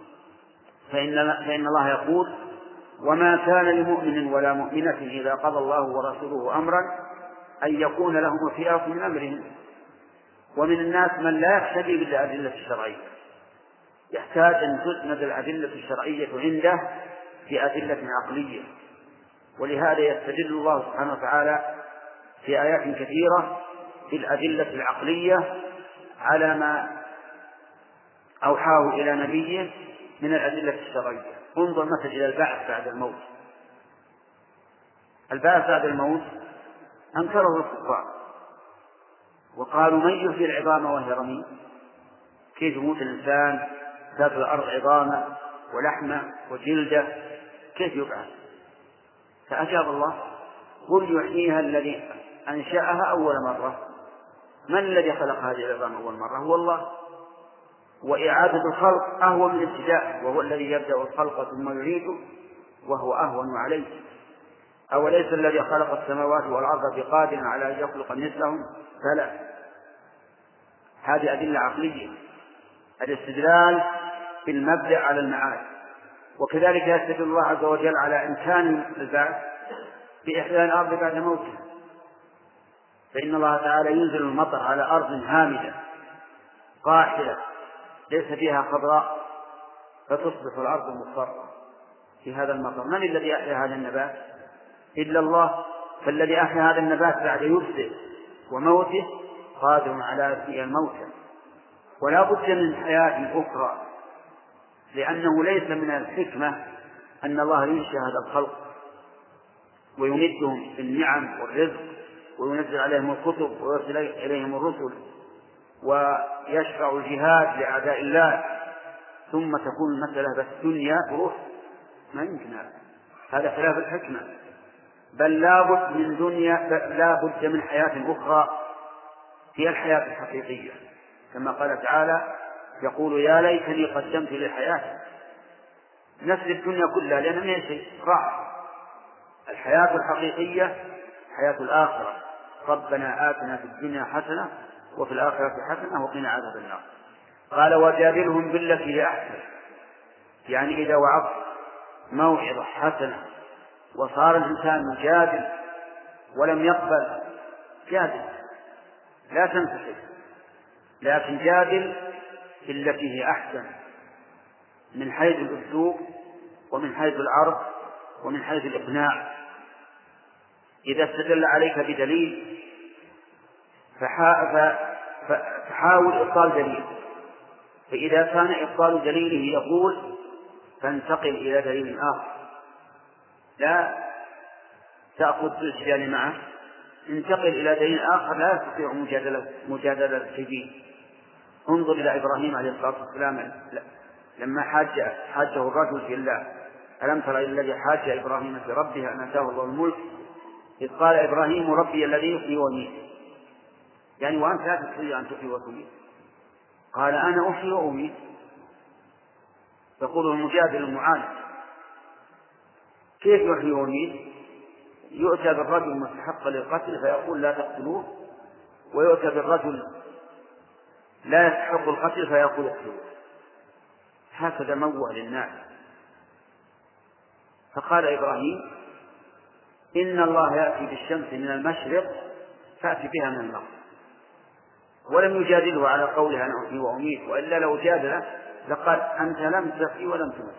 فإن الله يقول: وما كان لمؤمن ولا مؤمنة إذا قضى الله ورسوله أمرا أن يكون لهم الخيار من أمرهم. ومن الناس من لا يحتدي بالأدلة الشرعية، يحتاج أن تسند الأدلة الشرعية عنده في أدلة عقلية. ولهذا يستدل الله سبحانه وتعالى في آيات كثيرة في الأدلة العقلية على ما أوحاه إلى نبيه من الأدلة الشرعية. انظر مثلا إلى البعث بعد الموت. البعث بعد الموت أنكره الكفار وقالوا: من يحيي العظام وهي رميم؟ كيف يموت الإنسان تأكل الأرض عظامه ولحمه وجلده، كيف يبعث؟ فأجاب الله: قل يحييها الذي أنشأها أول مرة من الذي خلق هذه العظام أول مرة؟ هو الله. وإعادة الخلق أهون من ابتداء، وهو الذي يبدأ الخلق ثم يعيده وهو أهون عليه. أوليس الذي خلق السماوات والأرض بقادر على أن يخلق مثلهم؟ فلا. هذه أدلة عقلية، الاستدلال بالمبدأ على المعاد. وكذلك يستدل الله عز وجل على إمكان البعث بإحياء الأرض بعد موتها، فإن الله تعالى ينزل المطر على أرض هامدة قاحلة ليس فيها خضراء فتصبح الأرض مصفرة في هذا المطر. من الذي أحيا هذا النبات؟ إلا الله. فالذي أحيا هذا النبات بعد يبدأ وموته قادر على إحياء الموتى. ولا بد من حياة أخرى، لأنه ليس من الحكمة أن الله ينشئ هذا الخلق ويمدهم بالنعم والرزق وينزل عليهم الكتب ويرسل إليهم الرسل ويشرع الجهاد لأعداء الله ثم تكون المسألة بس دنيا تروح. ما يمكن هذا خلاف الحكمة. بل لا بد من حياة أخرى هي الحياة الحقيقية، كما قال تعالى: يقول يا ليتني قدمت للحياة. نسل الدنيا كلها لأن ما شيء راح. الحياة الحقيقية حياة الآخرة. ربنا آتنا في الدنيا حسنة وفي الآخرة حسنة وقنا عذاب النار. قال: وجادلهم بالتي هي أحسن. يعني إذا وعظت موعظة حسنة وصار الإنسان مجادل ولم يقبل، جادل لا تنتسب، لكن جادل بالتي هي أحسن من حيث الأسلوب ومن حيث العرض ومن حيث الإقناع. إذا استدل عليك بدليل فحاول إبطال دليل، فإذا كان إبطال دليله يقول فانتقل إلى دليل آخر، لا تأخذ بالجدال معه، انتقل إلى دليل آخر لا يستطيع مجادلة فيه. انظر إلى إبراهيم عليه الصلاة والسلام لما حاجه الرجل في الله: ألم تر إلى الذي حاج إبراهيم في ربه أن آتاه الله الملك إذ قال إبراهيم ربي الذي يحيي ويميت. يعني وأنت لا تستطيع أن تحيي وتميت. قال: أنا أحيي وأميت. يقول المجادل المعاند: كيف يحيي ويميت؟ يؤتى بالرجل مستحق للقتل فيقول لا تقتلوه، ويؤتى بالرجل لا يستحق القتل فيقول اقتلوه. هكذا موه للناس. فقال إبراهيم: إن الله يأتي بالشمس من المشرق فأتي بها من المغرب. ولم يجادله على قولها أنا أحيي وأميت، وإلا لو جادله لقال: أنت لم تحيي ولم تمت،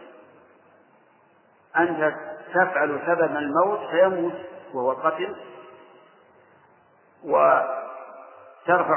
أنت تفعل سبب الموت فيموت وهو القتل، وترفع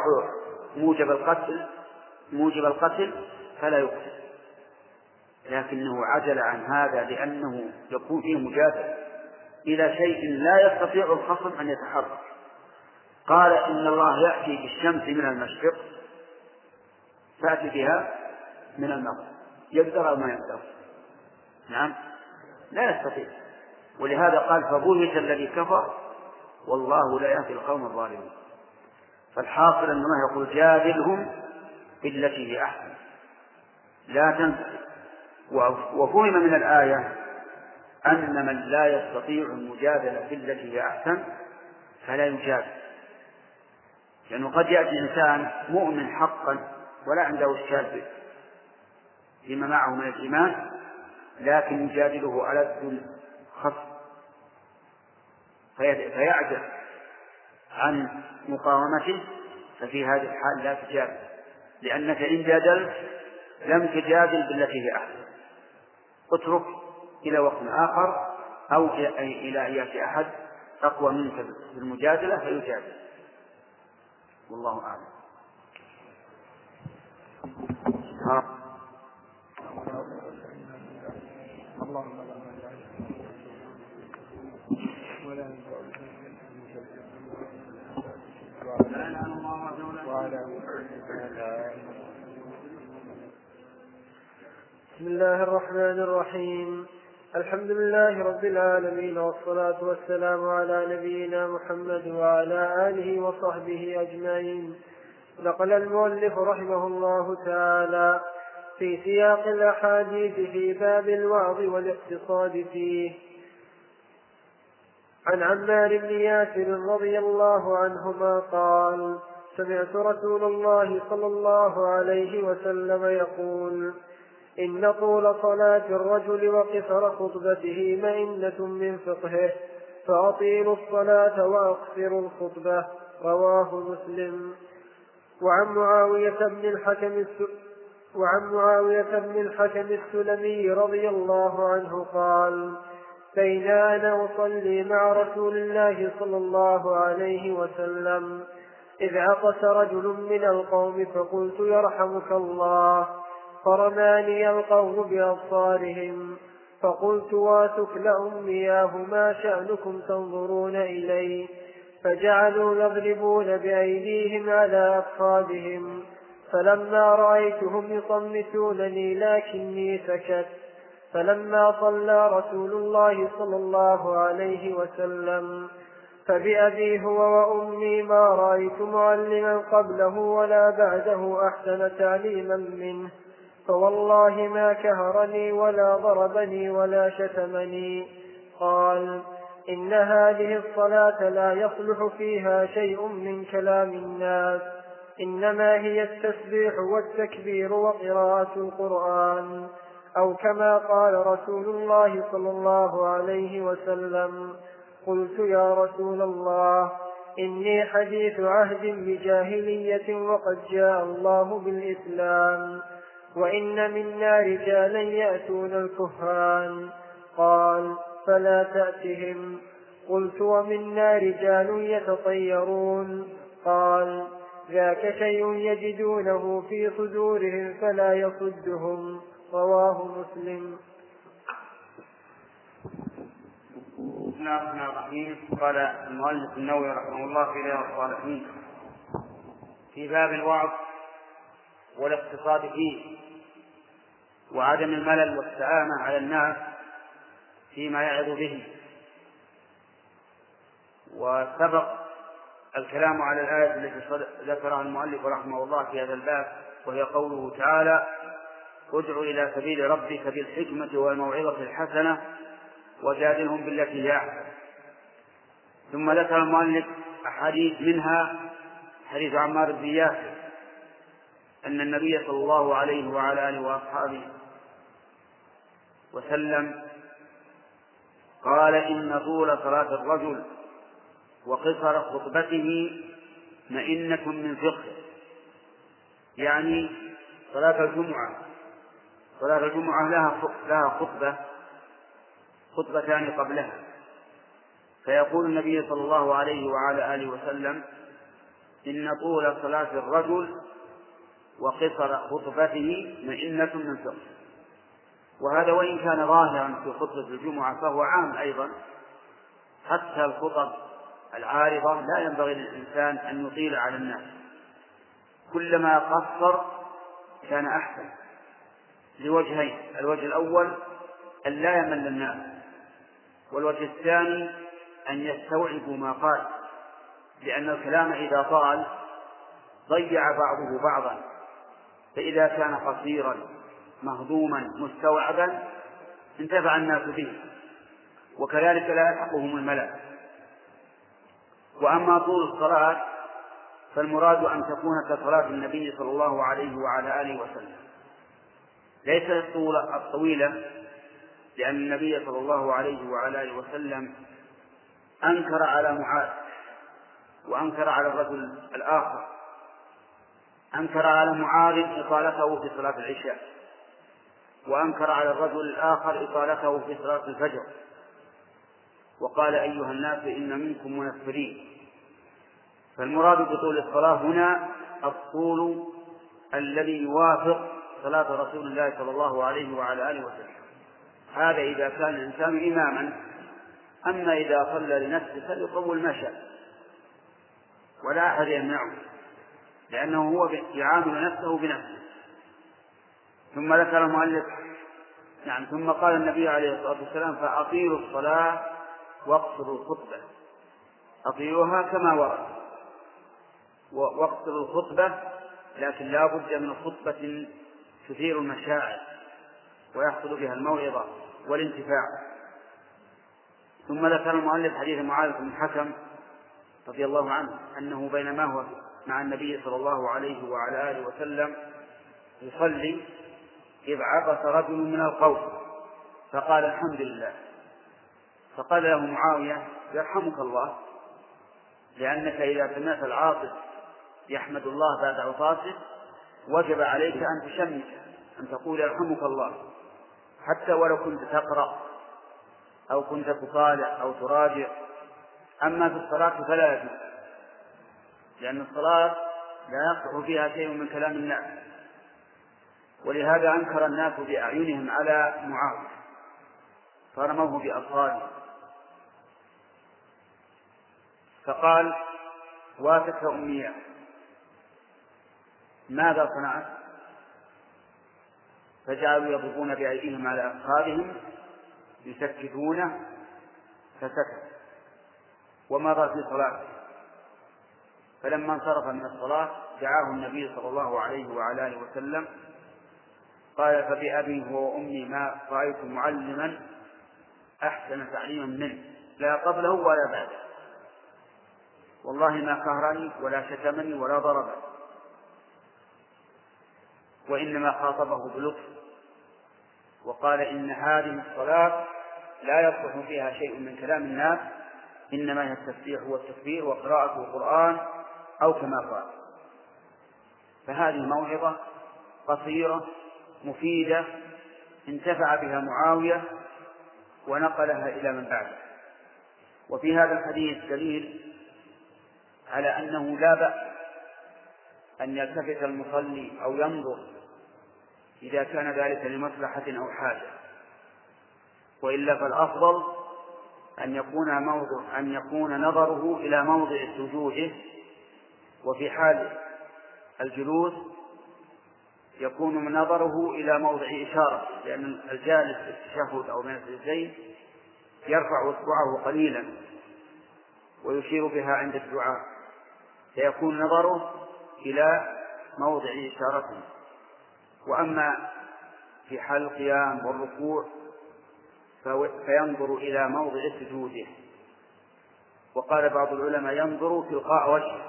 موجب القتل فلا يقتل. لكنه عجل عن هذا لأنه يكون فيه مجادلة إلى شيء لا يستطيع الخصم أن يتحرك. قال: إن الله يأتي بالشمس من المشرق فأتي بها من المغرب. يقدر أو ما يقدر؟ نعم لا يستطيع. ولهذا قال: فبهت الذي كفر والله لا يهدي القوم الظالمين. فالحاصل أن الله يقول: جادلهم بالتي هي أحسن لا تنسى. وفهم من الآية أن من لا يستطيع المجادلة بالتي هي أحسن فلا يجادل، لأنه قد يأتي إنسان مؤمن حقا ولا عنده إشكال فيما معه من الإيمان، لكن يجادله على الخصم فيعجز عن مقاومته، ففي هذه الحال لا تجادل، لأنك إن جادلت لم تجادل بالتي هي أحسن. اترك إلى وقت آخر أو إلى أن يأتي أحد أقوى منك بالمجادلة فيجادل. والله أعلم. بسم الله الرحمن الرحيم. الحمد لله رب العالمين، والصلاة والسلام على نبينا محمد وعلى آله وصحبه أجمعين. نقل المؤلف رحمه الله تعالى في سياق الأحاديث في باب الوعظ والاقتصاد فيه عن عمار بن ياسر رضي الله عنهما قال: سمعت رسول الله صلى الله عليه وسلم يقول: إن طول صلاة الرجل وقصر خطبته مئنة من فقهه، فأطيلوا الصلاة وأقصروا الخطبة. رواه مسلم. وعن معاوية بن الحكم السلمي رضي الله عنه قال: بين أنا أصلي مع رسول الله صلى الله عليه وسلم إذ عطس رجل من القوم فقلت: يرحمك الله. فرماني القوم بأبصارهم فقلت: واتك لأمياه ما شأنكم تنظرون إلي؟ فجعلوا يضربون بأيديهم على أفخاذهم، فلما رأيتهم يصمتونني لكني سكت. فلما صلى رسول الله صلى الله عليه وسلم فبأبي هو وأمي ما رأيت معلما قبله ولا بعده أحسن تعليما منه، فوالله ما كهرني ولا ضربني ولا شتمني. قال: إن هذه الصلاة لا يصلح فيها شيء من كلام الناس، إنما هي التسبيح والتكبير وقراءة القرآن، أو كما قال رسول الله صلى الله عليه وسلم. قلت: يا رسول الله، إني حديث عهد بجاهلية وقد جاء الله بالإسلام، وإن منا رجالا يأتون الكهان. قال: فلا تأتهم. قلت: ومنا رجال يتطيرون. قال: ذاك شيء يجدونه في صدورهم فلا يصدهم. رواه مسلم. بسم الله الرحمن الرحيم. قال المؤلف النووي رحمه الله في رياض الصالحين في باب الوعظ والاقتصاد فيه وعدم الملل والسآمة على الناس فيما يعظ به. وسبق الكلام على الآية التي ذكرها المؤلف رحمه الله في هذا الباب، وهي قوله تعالى: ادع إلى سبيل ربك بالحكمة والموعظة الحسنة وجادلهم بالتي هي أحسن. ثم ذكر المؤلف أحاديث، منها حديث عمار بن ياسر أن النبي صلى الله عليه وعلى آله وأصحابه وسلم قال: إن طول صلاة الرجل وقصر خطبته مئنة من فقه، يعني صلاة الجمعة لها خطبتان قبلها، فيقول النبي صلى الله عليه وعلى آله وسلم: إن طول صلاة الرجل وقصر خطبته مئنة من فقه. وهذا وإن كان ظاهرا في خطبة الجمعة فهو عام أيضا، حتى الخطب العارضة لا ينبغي للإنسان أن يطيل على الناس، كلما قصر كان أحسن لوجهين: الوجه الأول أن لا يمل الناس، والوجه الثاني أن يستوعبوا ما قال، لأن الكلام إذا طال ضيع بعضه بعضا، فإذا كان قصيرا مهضوما مستوعبا انتفع الناس به، وكذلك لا يلحقهم الملل. وأما طول الصلاة فالمراد أن تكون كصلاة النبي صلى الله عليه وعلى آله وسلم، ليس الطويلة، لأن النبي صلى الله عليه وعلى آله وسلم أنكر على معاذ وأنكر على الرجل الآخر، أنكر على معاذ إطالته في صلاة العشاء، وأنكر على الرجل الآخر إطالته في صلاة الفجر، وقال: أيها الناس إن منكم منفرين. فالمراد بطول الصلاة هنا الطول الذي يوافق صلاة رسول الله صلى الله عليه وعلى آله وسلم، هذا إذا كان الإنسان إماما. أما إذا صلى لنفسه فليطول ما شاء ولا أحد يمنعه، لأنه هو يعامل نفسه بنفسه. ثم ذكر المؤلف ثم قال النبي عليه الصلاة والسلام: فأطيلوا الصلاة واقصروا الخطبة. أطيلوها كما ورد، واقصر الخطبة، لكن لا بد من خطبة تثير المشاعر ويحصل بها الموعظة والانتفاع. ثم ذكر المؤلف حديث معاذ بن الحكم رضي الله عنه أنه بينما هو مع النبي صلى الله عليه وعلى آله وسلم يصلي إذ عبس رجل من القوم فقال الحمد لله، فقال له معاوية يرحمك الله، لأنك إذا سمعت العاطف يحمد الله بعد عطاسه وجب عليك أن تشمت، أن تقول يرحمك الله، حتى ولو كنت تقرأ أو كنت تطالع أو تراجع. أما في الصلاة فلا يجوز، لأن الصلاة لا يقع فيها شيء من كلام الناس، ولهذا أنكر الناس بأعينهم على معاوية فرموه بأبصارهم، فقال واتك أمي ماذا صنعت؟ فجعلوا يضربون بأيديهم على أفخاذهم يسكتونه فسكت ومضى في صلاته. فلما انصرف من الصلاة دعاه النبي صلى الله عليه وعلى آله وسلم قال فبأبي وأمي ما رأيت معلما أحسن تعليما منه لا قبله ولا بعده، والله ما قهرني ولا شتمني ولا ضربني، وإنما خاطبه بلطف وقال إن هذه الصلاة لا يصلح فيها شيء من كلام الناس، إنما هي التسبيح والتكبير وقراءة القرآن أو كما قال. فهذه موعظة قصيرة مفيدة انتفع بها معاوية ونقلها إلى من بعده. وفي هذا الحديث دليل على أنه لا بأس أن يلتفت المصلي أو ينظر إذا كان ذلك لمصلحة أو حاجة، وإلا فالأفضل أن يكون نظره إلى موضع سجوده، وفي حال الجلوس يكون من نظره إلى موضع إشارة، لأن الجالس في التشهد أو بين السجدتين يرفع إصبعه قليلا ويشير بها عند الدعاء، فيكون نظره إلى موضع إشارته. وأما في حال القيام والركوع فينظر إلى موضع سجوده. وقال بعض العلماء ينظر تلقاء وجهه،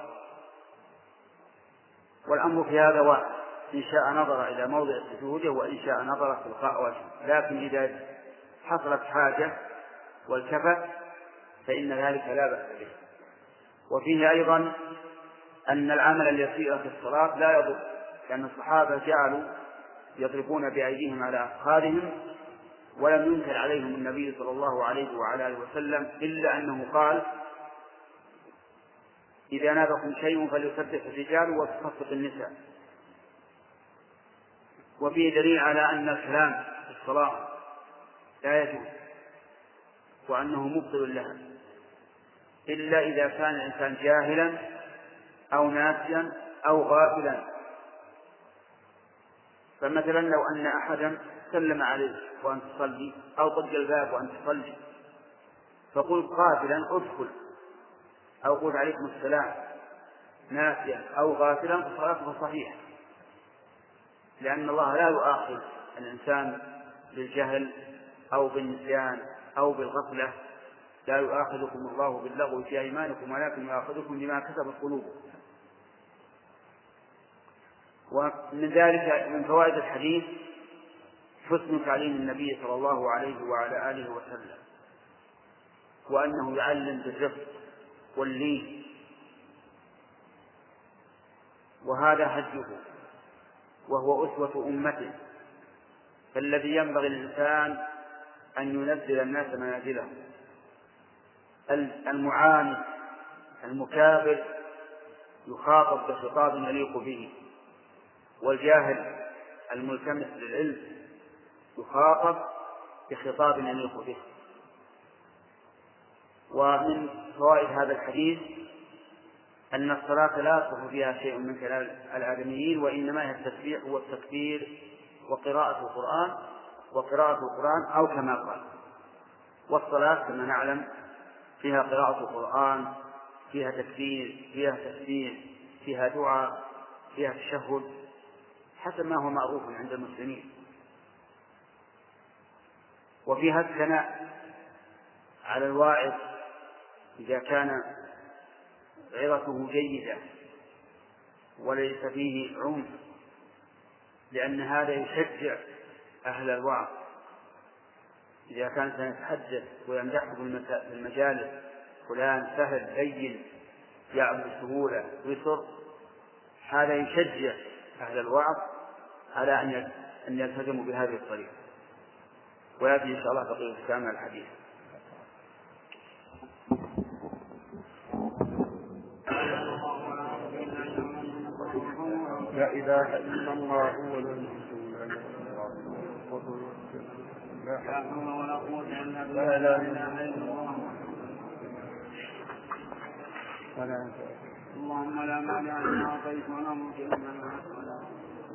والأمر في هذا واحد، إن شاء نظر إلى موضع سجوده وإن شاء نظر تلقاء وجهه، لكن إذا حصلت حاجة والتفت فإن ذلك لا بأس به. وفيه أيضا أن العمل اليسير في الصلاة لا يضر، لأن الصحابة جعلوا يضربون بأيديهم على أفخاذهم ولم ينكر عليهم النبي صلى الله عليه وعلى آله وسلم، إلا أنه قال إذا نابكم شيء فليسبح الرجال وتصفق النساء. وفيه دليل على أن الكلام في الصلاة لا يجوز وأنه مبطل لها، إلا إذا كان الإنسان جاهلا أو ناسيا أو غافلا. فمثلا لو أن أحدا سلم عليك وأنت تصلي أو طق الباب وأنت تصلي فقلت قافلا ادخل أو قلت عليكم السلام ناسيا أو غافلا فصلاته صحيحة، لأن الله لا يؤاخذ الإنسان بالجهل أو بالنسيان أو بالغفلة، لا يؤاخذكم الله باللغو في أيمانكم ولكن يؤاخذكم بما كسبت قلوبكم. ومن ذلك من فوائد الحديث حسن تعليم النبي صلى الله عليه وعلى آله وسلم، وأنه يعلم بالرفق واللين، وهذا هديه وهو أسوة أمته، فالذي ينبغي للإنسان أن ينزل الناس منازلهم. المعاند المكابر يخاطب بخطاب يليق به، والجاهل الملتمس للعلم يخاطب بخطاب يليق به. ومن فوائد هذا الحديث أن الصلاة لا يصلح فيها شيء من كلام الآدميين، وإنما هي التسبيح والتكبير وقراءة القرآن أو كما قال. والصلاة كما نعلم فيها قراءة القرآن، فيها تكبير، فيها تسبيح، فيها دعاء، فيها تشهد، حسب ما هو معروف عند المسلمين، وفيها الثناء على الواعظ إذا كان عظته جيدة وليس فيه عنف، لأن هذا يشجع أهل الوعظ. إذا كان سيتحدث ويمدحه في المجالس فلان سهل هين يعمل بسهولة ويسر، هذا يشجع أهل الوعظ على أن يلتزموا بهذه الطريقة. ويأتي إن شاء الله بقية كامل الحديث. لا إله إلا الله ولا حول ولا قوة إلا بالله. لا إله إلا الله. اللهم لا مانع لما أعطيت ولا معطي لما منعت.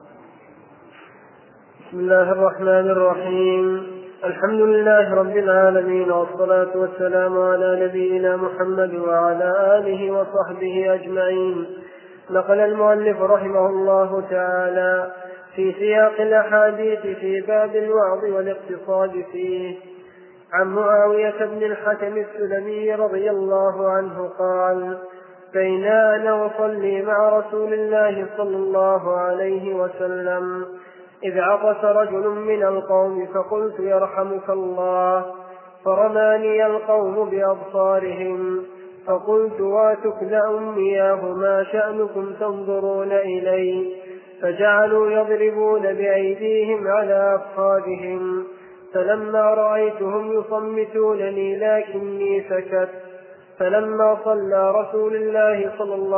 بسم الله الرحمن الرحيم. الحمد لله رب العالمين، والصلاة والسلام على نبينا محمد وعلى آله وصحبه أجمعين. نقل المؤلف رحمه الله تعالى في سياق الأحاديث في باب الوعظ والاقتصاد فيه عن معاوية بن الحكم السلمي رضي الله عنه قال: بينا أنا أصلي مع رسول الله صلى الله عليه وسلم إذ عطس رجل من القوم فقلت: يرحمك الله، فرماني القوم بأبصارهم فقلت: واتكل أمياه ما شأنكم تنظرون إلي؟ فجعلوا يضربون بأيديهم على أفخاذهم، فلما رأيتهم يصمتونني لكني سكت. فلما صلى رسول الله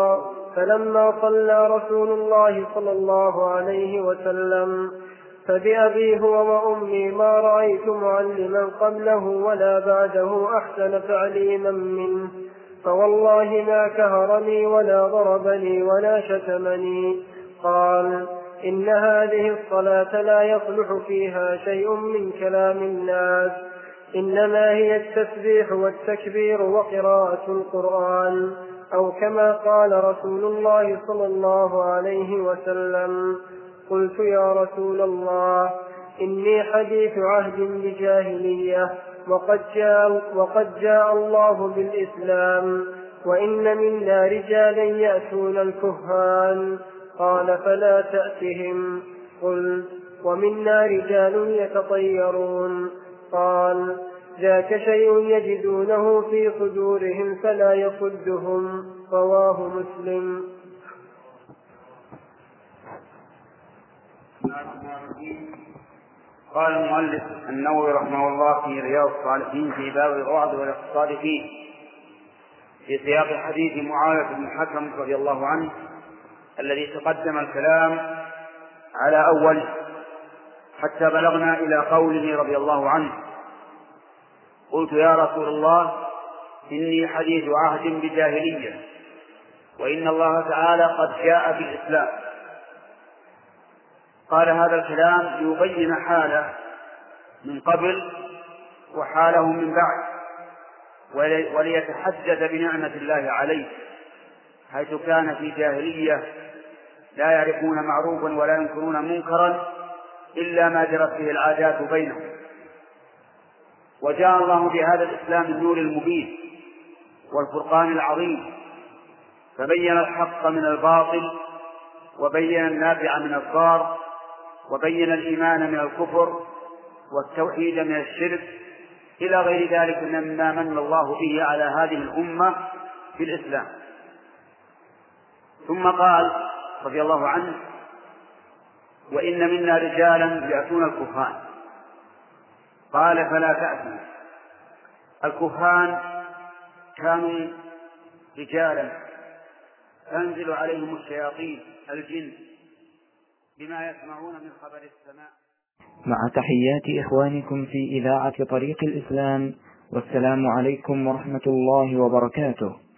صلى الله عليه وسلم فبأبي هو وأمي ما رأيت معلما قبله ولا بعده أحسن تعليما منه، فوالله ما كهرني ولا ضربني ولا شتمني. قال: إن هذه الصلاة لا يصلح فيها شيء من كلام الناس، إنما هي التسبيح والتكبير وقراءة القرآن، أو كما قال رسول الله صلى الله عليه وسلم. قلت: يا رسول الله، إني حديث عهد بجاهلية، وقد جاء الله بالإسلام، وإن منا رجالا يأتون الكهان. قال: فلا تأتهم. قلت: ومنا رجال يتطيرون. قال: ذاك شيء يجدونه في صدورهم فلا يصدهم. رواه مسلم. قال المؤلف النووي رحمه الله في رياض الصالحين في باب الوعظ والاقتصاد فيه في سياق حديث معاوية بن الحكم رضي الله عنه الذي تقدم الكلام على أوله حتى بلغنا إلى قوله رضي الله عنه: قلت: يا رسول الله، إني حديث عهد بجاهلية، وإن الله تعالى قد جاء بالإسلام. قال هذا الكلام ليبين حاله من قبل وحاله من بعد، وليتحدث بنعمة الله عليه، حيث كان في جاهلية لا يعرفون معروفا ولا ينكرون منكرا إلا ما جرت به العادات بينهم، وجاء الله بهذا الإسلام النور المبين والفرقان العظيم، فبين الحق من الباطل، وبين النافع من الضار، وبين الإيمان من الكفر، والتوحيد من الشرك، إلى غير ذلك مما من الله به على هذه الأمة في الإسلام. ثم قال رضي الله عنه: وإن منا رجالا يأتون الكهان. قال: فلا تأتوا. الكهان كانوا رجالا تنزل عليهم الشياطين الجن بما يسمعون من خبر السماء. مع تحيات إخوانكم في إذاعة طريق الإسلام، والسلام عليكم ورحمة الله وبركاته.